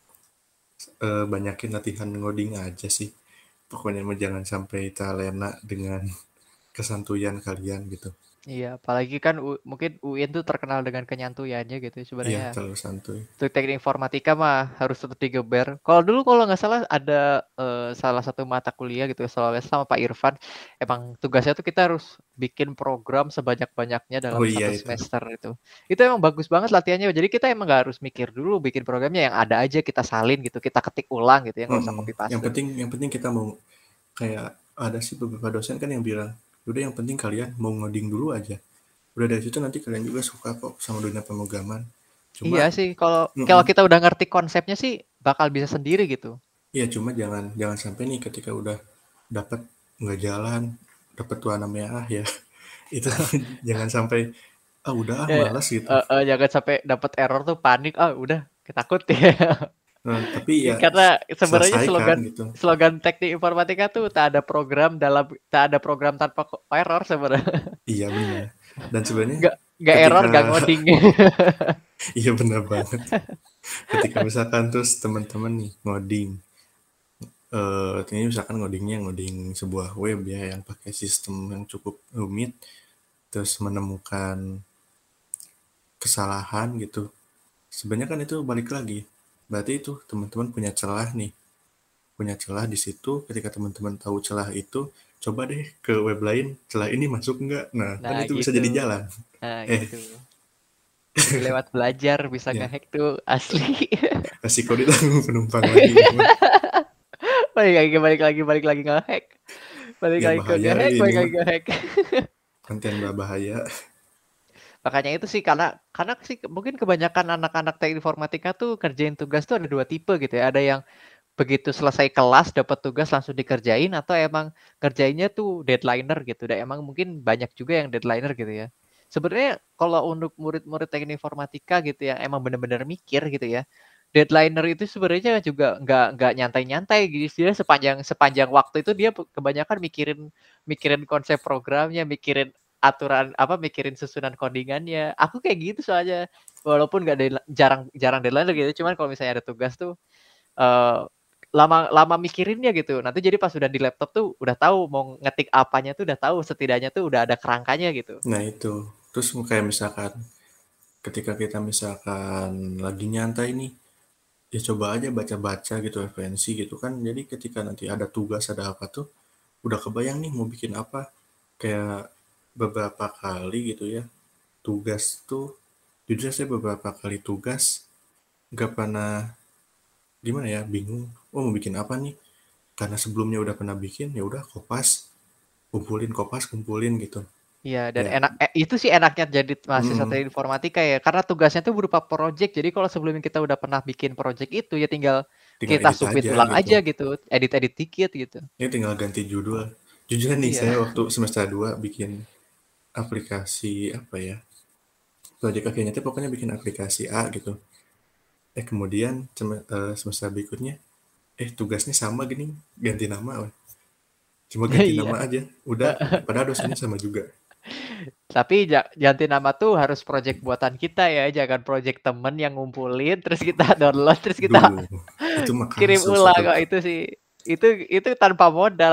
eh, banyakin latihan ngoding aja sih. Pokoknya mah jangan sampai terlena dengan kesantuyan kalian gitu. Iya, apalagi kan U mungkin U I N tuh terkenal dengan kenyantuyannya gitu Iya, sebenarnya. terlalu santuy. Untuk teknik informatika mah harus tetap digeber. Kalau dulu kalau nggak salah ada eh, salah satu mata kuliah gitu soalnya sama Pak Irfan, emang tugasnya tuh kita harus bikin program sebanyak-banyaknya Oh dalam iya satu itu. semester itu. Itu emang bagus banget latihannya. Jadi kita emang nggak harus mikir dulu bikin programnya, yang ada aja kita salin gitu, kita ketik ulang gitu ya, nggak usah Mm-mm. copy Yang paste. penting, yang penting kita mau kayak ada sih beberapa dosen kan yang bilang, udah yang penting kalian mau ngoding dulu aja. Udah dari situ nanti kalian juga suka kok sama dunia pemrograman. Iya Cuma, sih, kalau kalau mm-mm. kita udah ngerti konsepnya sih bakal bisa sendiri gitu. Iya cuma jangan jangan sampai nih ketika udah dapat nggak jalan, dapat warna merah ya, itu jangan sampai ah udah ah Ya, ya. malas gitu. Eh, eh, jangan sampai dapat error tuh panik, ah udah takut ya. Nah, tapi ya Karena sebenarnya selesaikan slogan gitu. slogan teknik informatika tuh tak ada program dalam tak ada program tanpa ko- error sebenarnya. Iya benar. Dan sebenarnya Nggak nggak error ketika nggak ngoding. iya benar banget. Ketika misalkan terus teman-teman nih ngoding, eh ini misalkan ngodingnya ngoding sebuah web ya yang pakai sistem yang cukup rumit, terus menemukan kesalahan gitu. Sebenarnya kan itu balik lagi. Berarti itu teman-teman punya celah nih. Punya celah di situ. Ketika teman-teman tahu celah itu, coba deh ke web lain, celah ini masuk nggak? Nah, kan Nah itu bisa gitu. jadi jalan. Nah Eh, gitu. Jadi lewat belajar bisa ya, ngehack tuh asli. resiko ditanggung penumpang lagi. balik lagi balik lagi balik lagi ngehack. Balik Ya lagi ke bahaya ngehack, ini balik lagi mah. ngehack. Konten berbahaya. Makanya itu sih karena karena sih mungkin kebanyakan anak-anak teknik informatika tuh kerjain tugas tuh ada dua tipe gitu ya. Ada yang begitu selesai kelas dapat tugas langsung dikerjain, atau emang kerjainnya tuh deadlineer gitu. Dan emang mungkin banyak juga yang deadlineer gitu ya. Sebenarnya kalau untuk murid-murid teknik informatika gitu ya, emang benar-benar mikir gitu ya. Deadlineer itu sebenarnya juga nggak nggak nyantai-nyantai gitu. Dia sepanjang sepanjang waktu itu dia kebanyakan mikirin mikirin konsep programnya, mikirin aturan apa, mikirin susunan codingannya. Aku kayak gitu soalnya. Walaupun nggak deadli- jarang jarang deadlineer gitu, cuman kalau misalnya ada tugas tuh eh, lama lama mikirinnya gitu. Nanti jadi pas udah di laptop tuh udah tahu mau ngetik apanya tuh udah tahu, setidaknya tuh udah ada kerangkanya gitu. Nah itu. Terus kayak misalkan ketika kita misalkan lagi nyantai nih, ya coba aja baca-baca gitu referensi gitu kan. Jadi ketika nanti ada tugas ada apa tuh, udah kebayang nih mau bikin apa. Kayak beberapa kali gitu ya, tugas tuh, jujur saya beberapa kali tugas nggak pernah gimana ya, bingung. Oh mau bikin apa nih? Karena sebelumnya udah pernah bikin, ya udah kopas, kumpulin kopas, kumpulin gitu. Iya, dan Ya, enak eh, itu sih enaknya jadi mahasiswa mm, teknik informatika ya, karena tugasnya tuh berupa project. Jadi kalau sebelumnya kita udah pernah bikin project itu ya tinggal tinggal kita edit submit aja ulang gitu. aja gitu, edit-edit dikit gitu. Ini tinggal ganti judul. Jujur nih Iya. saya waktu semester dua bikin aplikasi apa ya, proyek akhirnya tuh pokoknya bikin aplikasi A gitu. Eh kemudian sem- eh, semester berikutnya, eh tugasnya sama gini, ganti nama. Weh. Cuma ganti Iya. nama aja, udah. Padahal dosennya sama juga. Tapi ja- ganti nama tuh harus project buatan kita ya, jangan project temen yang ngumpulin terus kita download terus kita Duh, itu mah kirim kasus ulang itu. kok. Itu sih itu itu tanpa modal.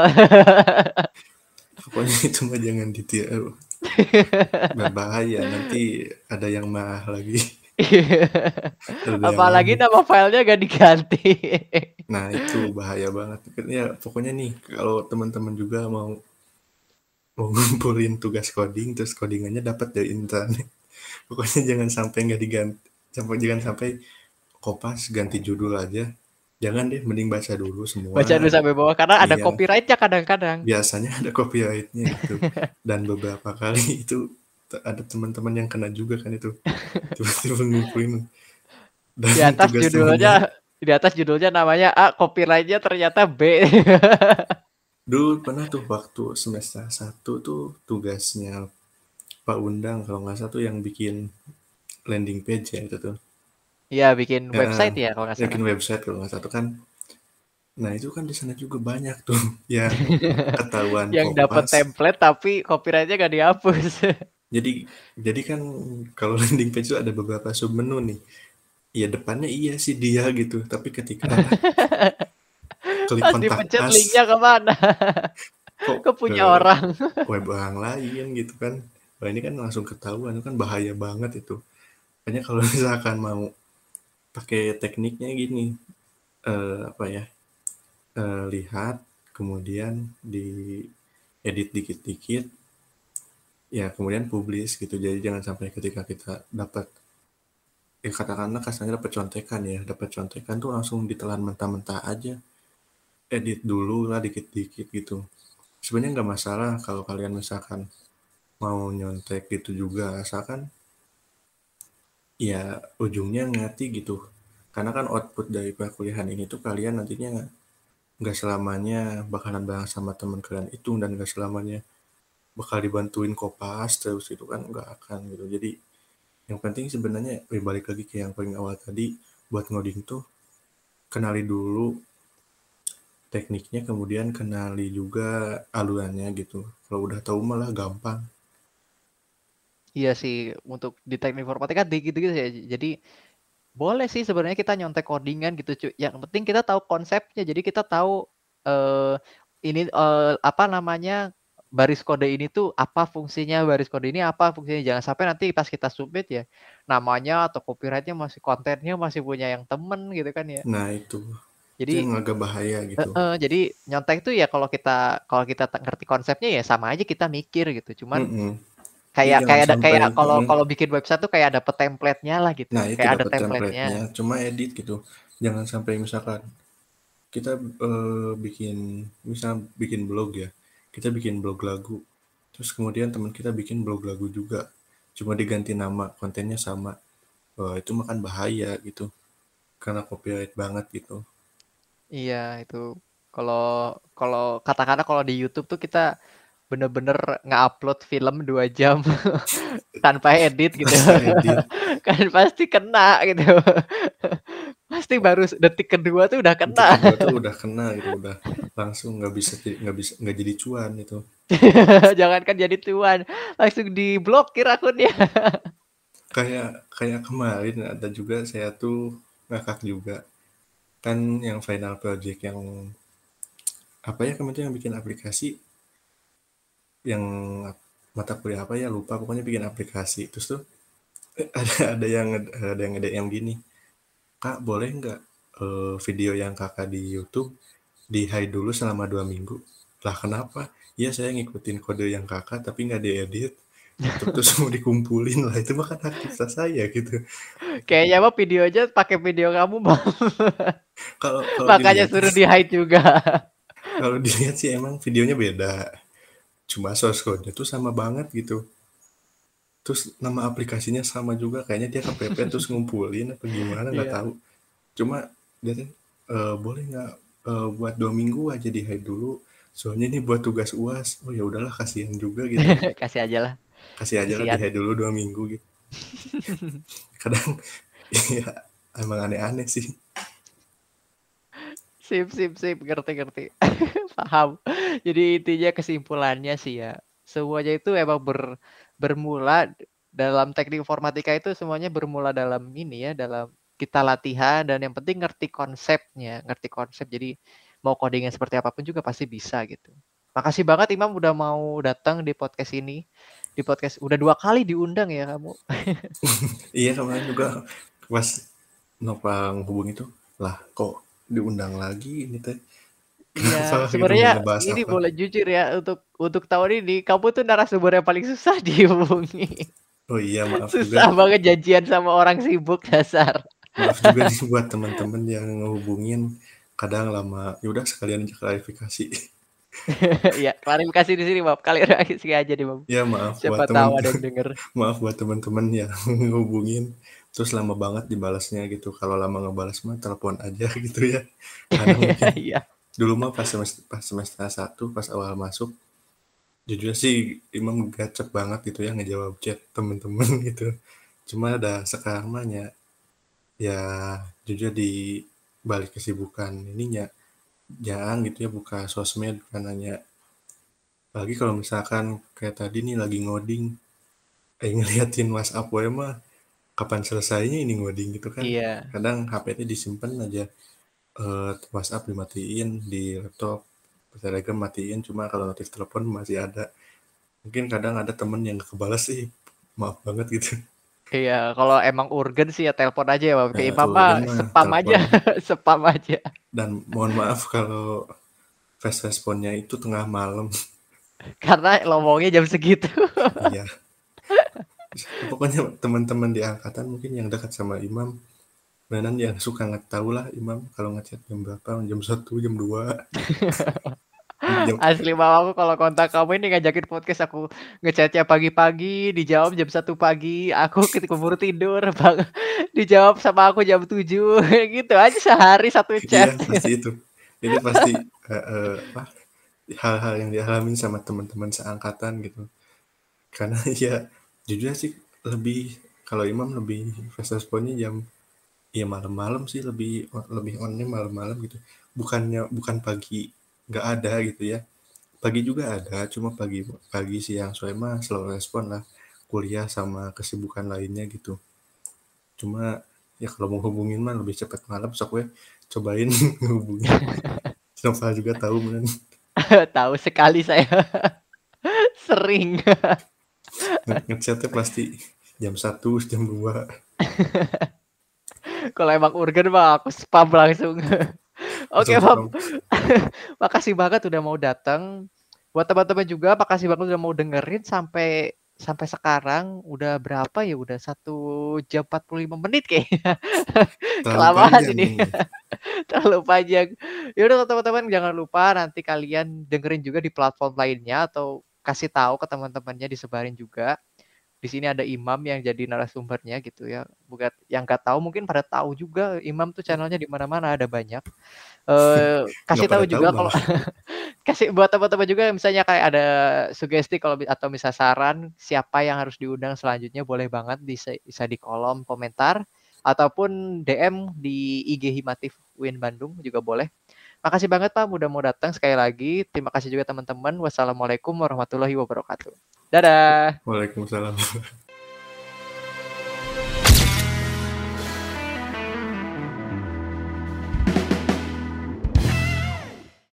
Pokoknya itu mah jangan ditiru. Berbahaya, nanti ada yang marah lagi. Ada yang Apalagi ngamuk. nama filenya gak diganti. Nah itu bahaya banget. Ya pokoknya nih kalau teman-teman juga mau mau ngumpulin tugas coding terus codingannya dapat dari internet. Pokoknya jangan sampai nggak diganti. Sampai jangan sampai kopas ganti judul aja. Jangan deh, mending baca dulu semua. Baca dulu sampai bawah karena ada Iya, copyrightnya kadang-kadang. biasanya ada copyrightnya itu. Dan beberapa kali itu ada teman-teman yang kena juga kan itu. Tiba-tiba ngumpulin dan Di atas tugas judulnya temennya. Di atas judulnya namanya A, copyright-nya ternyata B. Dulu pernah tuh waktu semester satu tuh tugasnya Pak Undang kalau nggak salah tuh yang bikin landing page ya itu tuh. Iya, bikin Heeh, website ya kalau nggak salah. bikin website kalau nggak salah tuh kan. Nah itu kan di sana juga banyak tuh yang ketahuan Yang dapat kopas. template tapi copyright-nya nggak dihapus. Jadi jadi kan kalau landing page itu ada beberapa sub menu nih. Ya depannya iya sih dia gitu, tapi ketika apa klik Pas kontak dipencet us linknya kemana? kok Ke ke punya orang. web orang lain gitu kan. Wah ini kan langsung ketahuan, itu kan bahaya banget itu. Makanya kalau misalkan mau pakai tekniknya gini, eh, apa ya, eh, lihat, kemudian di edit dikit-dikit, ya kemudian publish gitu. Jadi jangan sampai ketika kita dapat, ya katakanlah kasarnya dapat contekan ya, dapat contekan tuh langsung ditelan mentah-mentah aja. Edit dulu lah dikit-dikit gitu. Sebenarnya nggak masalah kalau kalian misalkan mau nyontek gitu juga, asalkan ya ujungnya ngerti gitu. Karena kan output dari perkuliahan ini tuh kalian nantinya nggak selamanya bakalan bareng sama teman kalian itu, dan nggak selamanya bakal dibantuin kopas terus itu kan nggak akan gitu. Jadi yang penting sebenarnya eh, balik lagi ke yang paling awal tadi, buat ngoding tuh kenali dulu tekniknya, kemudian kenali juga alurannya gitu. Kalau udah tahu malah gampang. Iya sih, untuk di teknik informatika di gitu-gitu ya. Jadi boleh sih sebenarnya kita nyontek codingan gitu, cuy. Yang penting kita tahu konsepnya. Jadi kita tahu eh ini eh, apa namanya baris kode ini tuh apa fungsinya, baris kode ini apa fungsinya. Jangan sampai nanti pas kita submit ya namanya atau copyrightnya masih kontennya masih punya yang temen gitu kan ya. Nah itu itu Jadi yang agak bahaya gitu. eh, jadi nyontek tuh ya kalau kita kalau kita t- ngerti konsepnya ya sama aja kita mikir gitu. Cuman Mm-mm. Jadi kayak jangan kayak ada sampai, kayak kalau mm, kalau bikin website tuh kayak dapet template-nya lah gitu. nah itu Kayak ada dapat template-nya, template-nya. cuma edit gitu. Jangan sampai misalkan kita eh, bikin, misal bikin blog ya, kita bikin blog lagu, terus kemudian teman kita bikin blog lagu juga, cuma diganti nama, kontennya sama. Wah, itu makan bahaya gitu, karena copyright banget gitu. Iya itu kalau kalau katakanlah kalau di YouTube tuh kita bener-bener nge-upload film dua jam tanpa edit gitu Tanpa edit, kan pasti kena gitu pasti baru detik kedua tuh udah kena. detik kedua tuh udah kena gitu, udah langsung nggak bisa jadi- nggak bisa nggak jadi cuan itu. Jangankan jadi tuan langsung diblokir akunnya. Kayak kayak kemarin ada juga saya tuh ngakak juga kan, yang final project yang apa ya kemarin tuh yang bikin aplikasi, yang mata kuliah apa ya lupa, pokoknya bikin aplikasi. Terus tuh eh, ada ada yang ada yang nge-D M gini, kak boleh nggak eh, video yang kakak di YouTube di hide dulu selama dua minggu. Lah kenapa? Ya saya ngikutin kode yang kakak tapi nggak diedit, terus terus mau dikumpulin lah, itu mah kan hak cipta saya gitu. Kayaknya mah videonya pakai video kamu mah Kalau kalau makanya dilihat suruh di hide juga. kalau dilihat sih emang videonya beda, cuma source code-nya tuh sama banget gitu. Terus nama aplikasinya sama juga, kayaknya dia kepepet terus ngumpulin apa gimana nggak Iya. tahu. Cuma dia tuh "Eh, boleh nggak eh, buat dua minggu aja di hide dulu, soalnya ini buat tugas uas." Oh ya udahlah, kasihan juga gitu, Kasih aja lah. kasih aja lah di Kasihan. hide dulu dua minggu gitu. Kadang ya emang aneh-aneh sih. Sip, sip, sip, ngerti, ngerti. Paham. Jadi intinya kesimpulannya sih ya, semuanya itu emang ber, bermula dalam teknik informatika itu semuanya bermula dalam ini ya, dalam kita latihan dan yang penting ngerti konsepnya, ngerti konsep. Jadi mau codingnya seperti apapun juga pasti bisa gitu. Makasih banget Imam udah mau datang di podcast ini. Di podcast udah dua kali diundang ya kamu. Iya kemarin juga pas Nopang hubung itu, lah kok diundang lagi ini teh, Iya, kenapa gitu, mau sebenarnya ngebahas ini apa. boleh jujur ya untuk untuk tahun ini kamu tuh narasumber yang paling susah dihubungi. Oh iya, maaf juga. Susah banget janjian sama orang sibuk dasar. Maaf juga nih buat teman-teman yang ngehubungin kadang lama. Ya udah sekalian aja klarifikasi. Iya, klarifikasi di sini, Bab. Klarifikasi aja nih, Bab. Ya maaf buat Siapa teman tahu ada yang denger. maaf buat teman-teman yang ngehubungin. terus lama banget dibalasnya gitu. Kalau lama ngebalas mah telepon aja gitu ya. Kadang mungkin Iya. dulu mah pas semester, pas semester satu pas awal masuk, jujur sih Imam gacep banget gitu ya ngejawab chat temen-temen gitu. Cuma ada sekarang mah ya, ya jujur di balik kesibukan ininya jarang gitu ya buka sosmed karenanya. Apalagi kalau misalkan kayak tadi nih lagi ngoding, eh ngeliatin WhatsApp gue mah kapan selesainya ini ngoding gitu kan. Iya. Kadang H P-nya disimpan aja, eh, WhatsApp dimatiin di laptop, Telegram matiin, cuma kalau notif telepon masih ada. Mungkin kadang ada temen yang gak kebalas sih, maaf banget gitu. Iya, kalau emang urgen sih ya telepon aja ya, Bang. Ke Nah, Imam mah urgen mah spam aja, telepon. spam aja. Dan mohon maaf kalau fast responnya itu tengah malam. Karena ngomongnya jam segitu. Iya, pokoknya teman-teman di angkatan mungkin yang dekat sama Imam, beneran yang suka nggak tahu lah Imam kalau ngechat jam berapa, jam satu, jam dua, jam. Asli Bang, aku kalau kontak kamu ini ngajakin podcast, aku ngechatnya pagi-pagi, dijawab jam satu pagi, aku keburu tidur, Bang. Dijawab sama aku jam tujuh, gitu aja sehari satu Iya chat. pasti itu, itu pasti eh, eh, apa, hal-hal yang dialami sama teman-teman seangkatan gitu. Karena ya jujur sih lebih, kalau Imam lebih fast responnya jam, ya malam-malam sih, lebih lebih onnya malam-malam gitu. Bukannya bukan pagi nggak ada gitu ya. Pagi juga ada, cuma pagi pagi siang sore mah slow respon lah. Kuliah sama kesibukan lainnya gitu. Cuma ya kalau mau hubungin mah lebih cepat malam, sok gue cobain ngehubungin. Nova juga tahu men. Tahu sekali saya. Sering. Ngechatnya pasti jam satu, jam dua. Kalau emang urgen mah aku spam langsung. Oke, Langsung Bang. spam. Makasih banget udah mau datang. Buat teman-teman juga makasih banget udah mau dengerin sampai sampai sekarang udah berapa ya? Udah satu jam empat puluh lima menit kayaknya. Terlalu Kelamaan panjang ini. ini. Terlalu panjang. Ya udah teman-teman jangan lupa nanti kalian dengerin juga di platform lainnya atau kasih tahu ke teman-temannya disebarin juga. Di sini ada Imam yang jadi narasumbernya gitu ya. Buat yang nggak tahu mungkin pada tahu juga Imam tuh channelnya di mana-mana ada banyak. Eh Nggak kasih tahu pada tahu juga kalau malah. kasih buat teman-teman juga misalnya kayak ada sugesti kalau atau misal saran siapa yang harus diundang selanjutnya boleh banget bisa bisa di kolom komentar ataupun D M di I G Himatif U I N Bandung juga boleh. Makasih banget Pak udah mau datang sekali lagi. Terima kasih juga teman-teman. Wassalamualaikum warahmatullahi wabarakatuh. Dadah. Waalaikumsalam.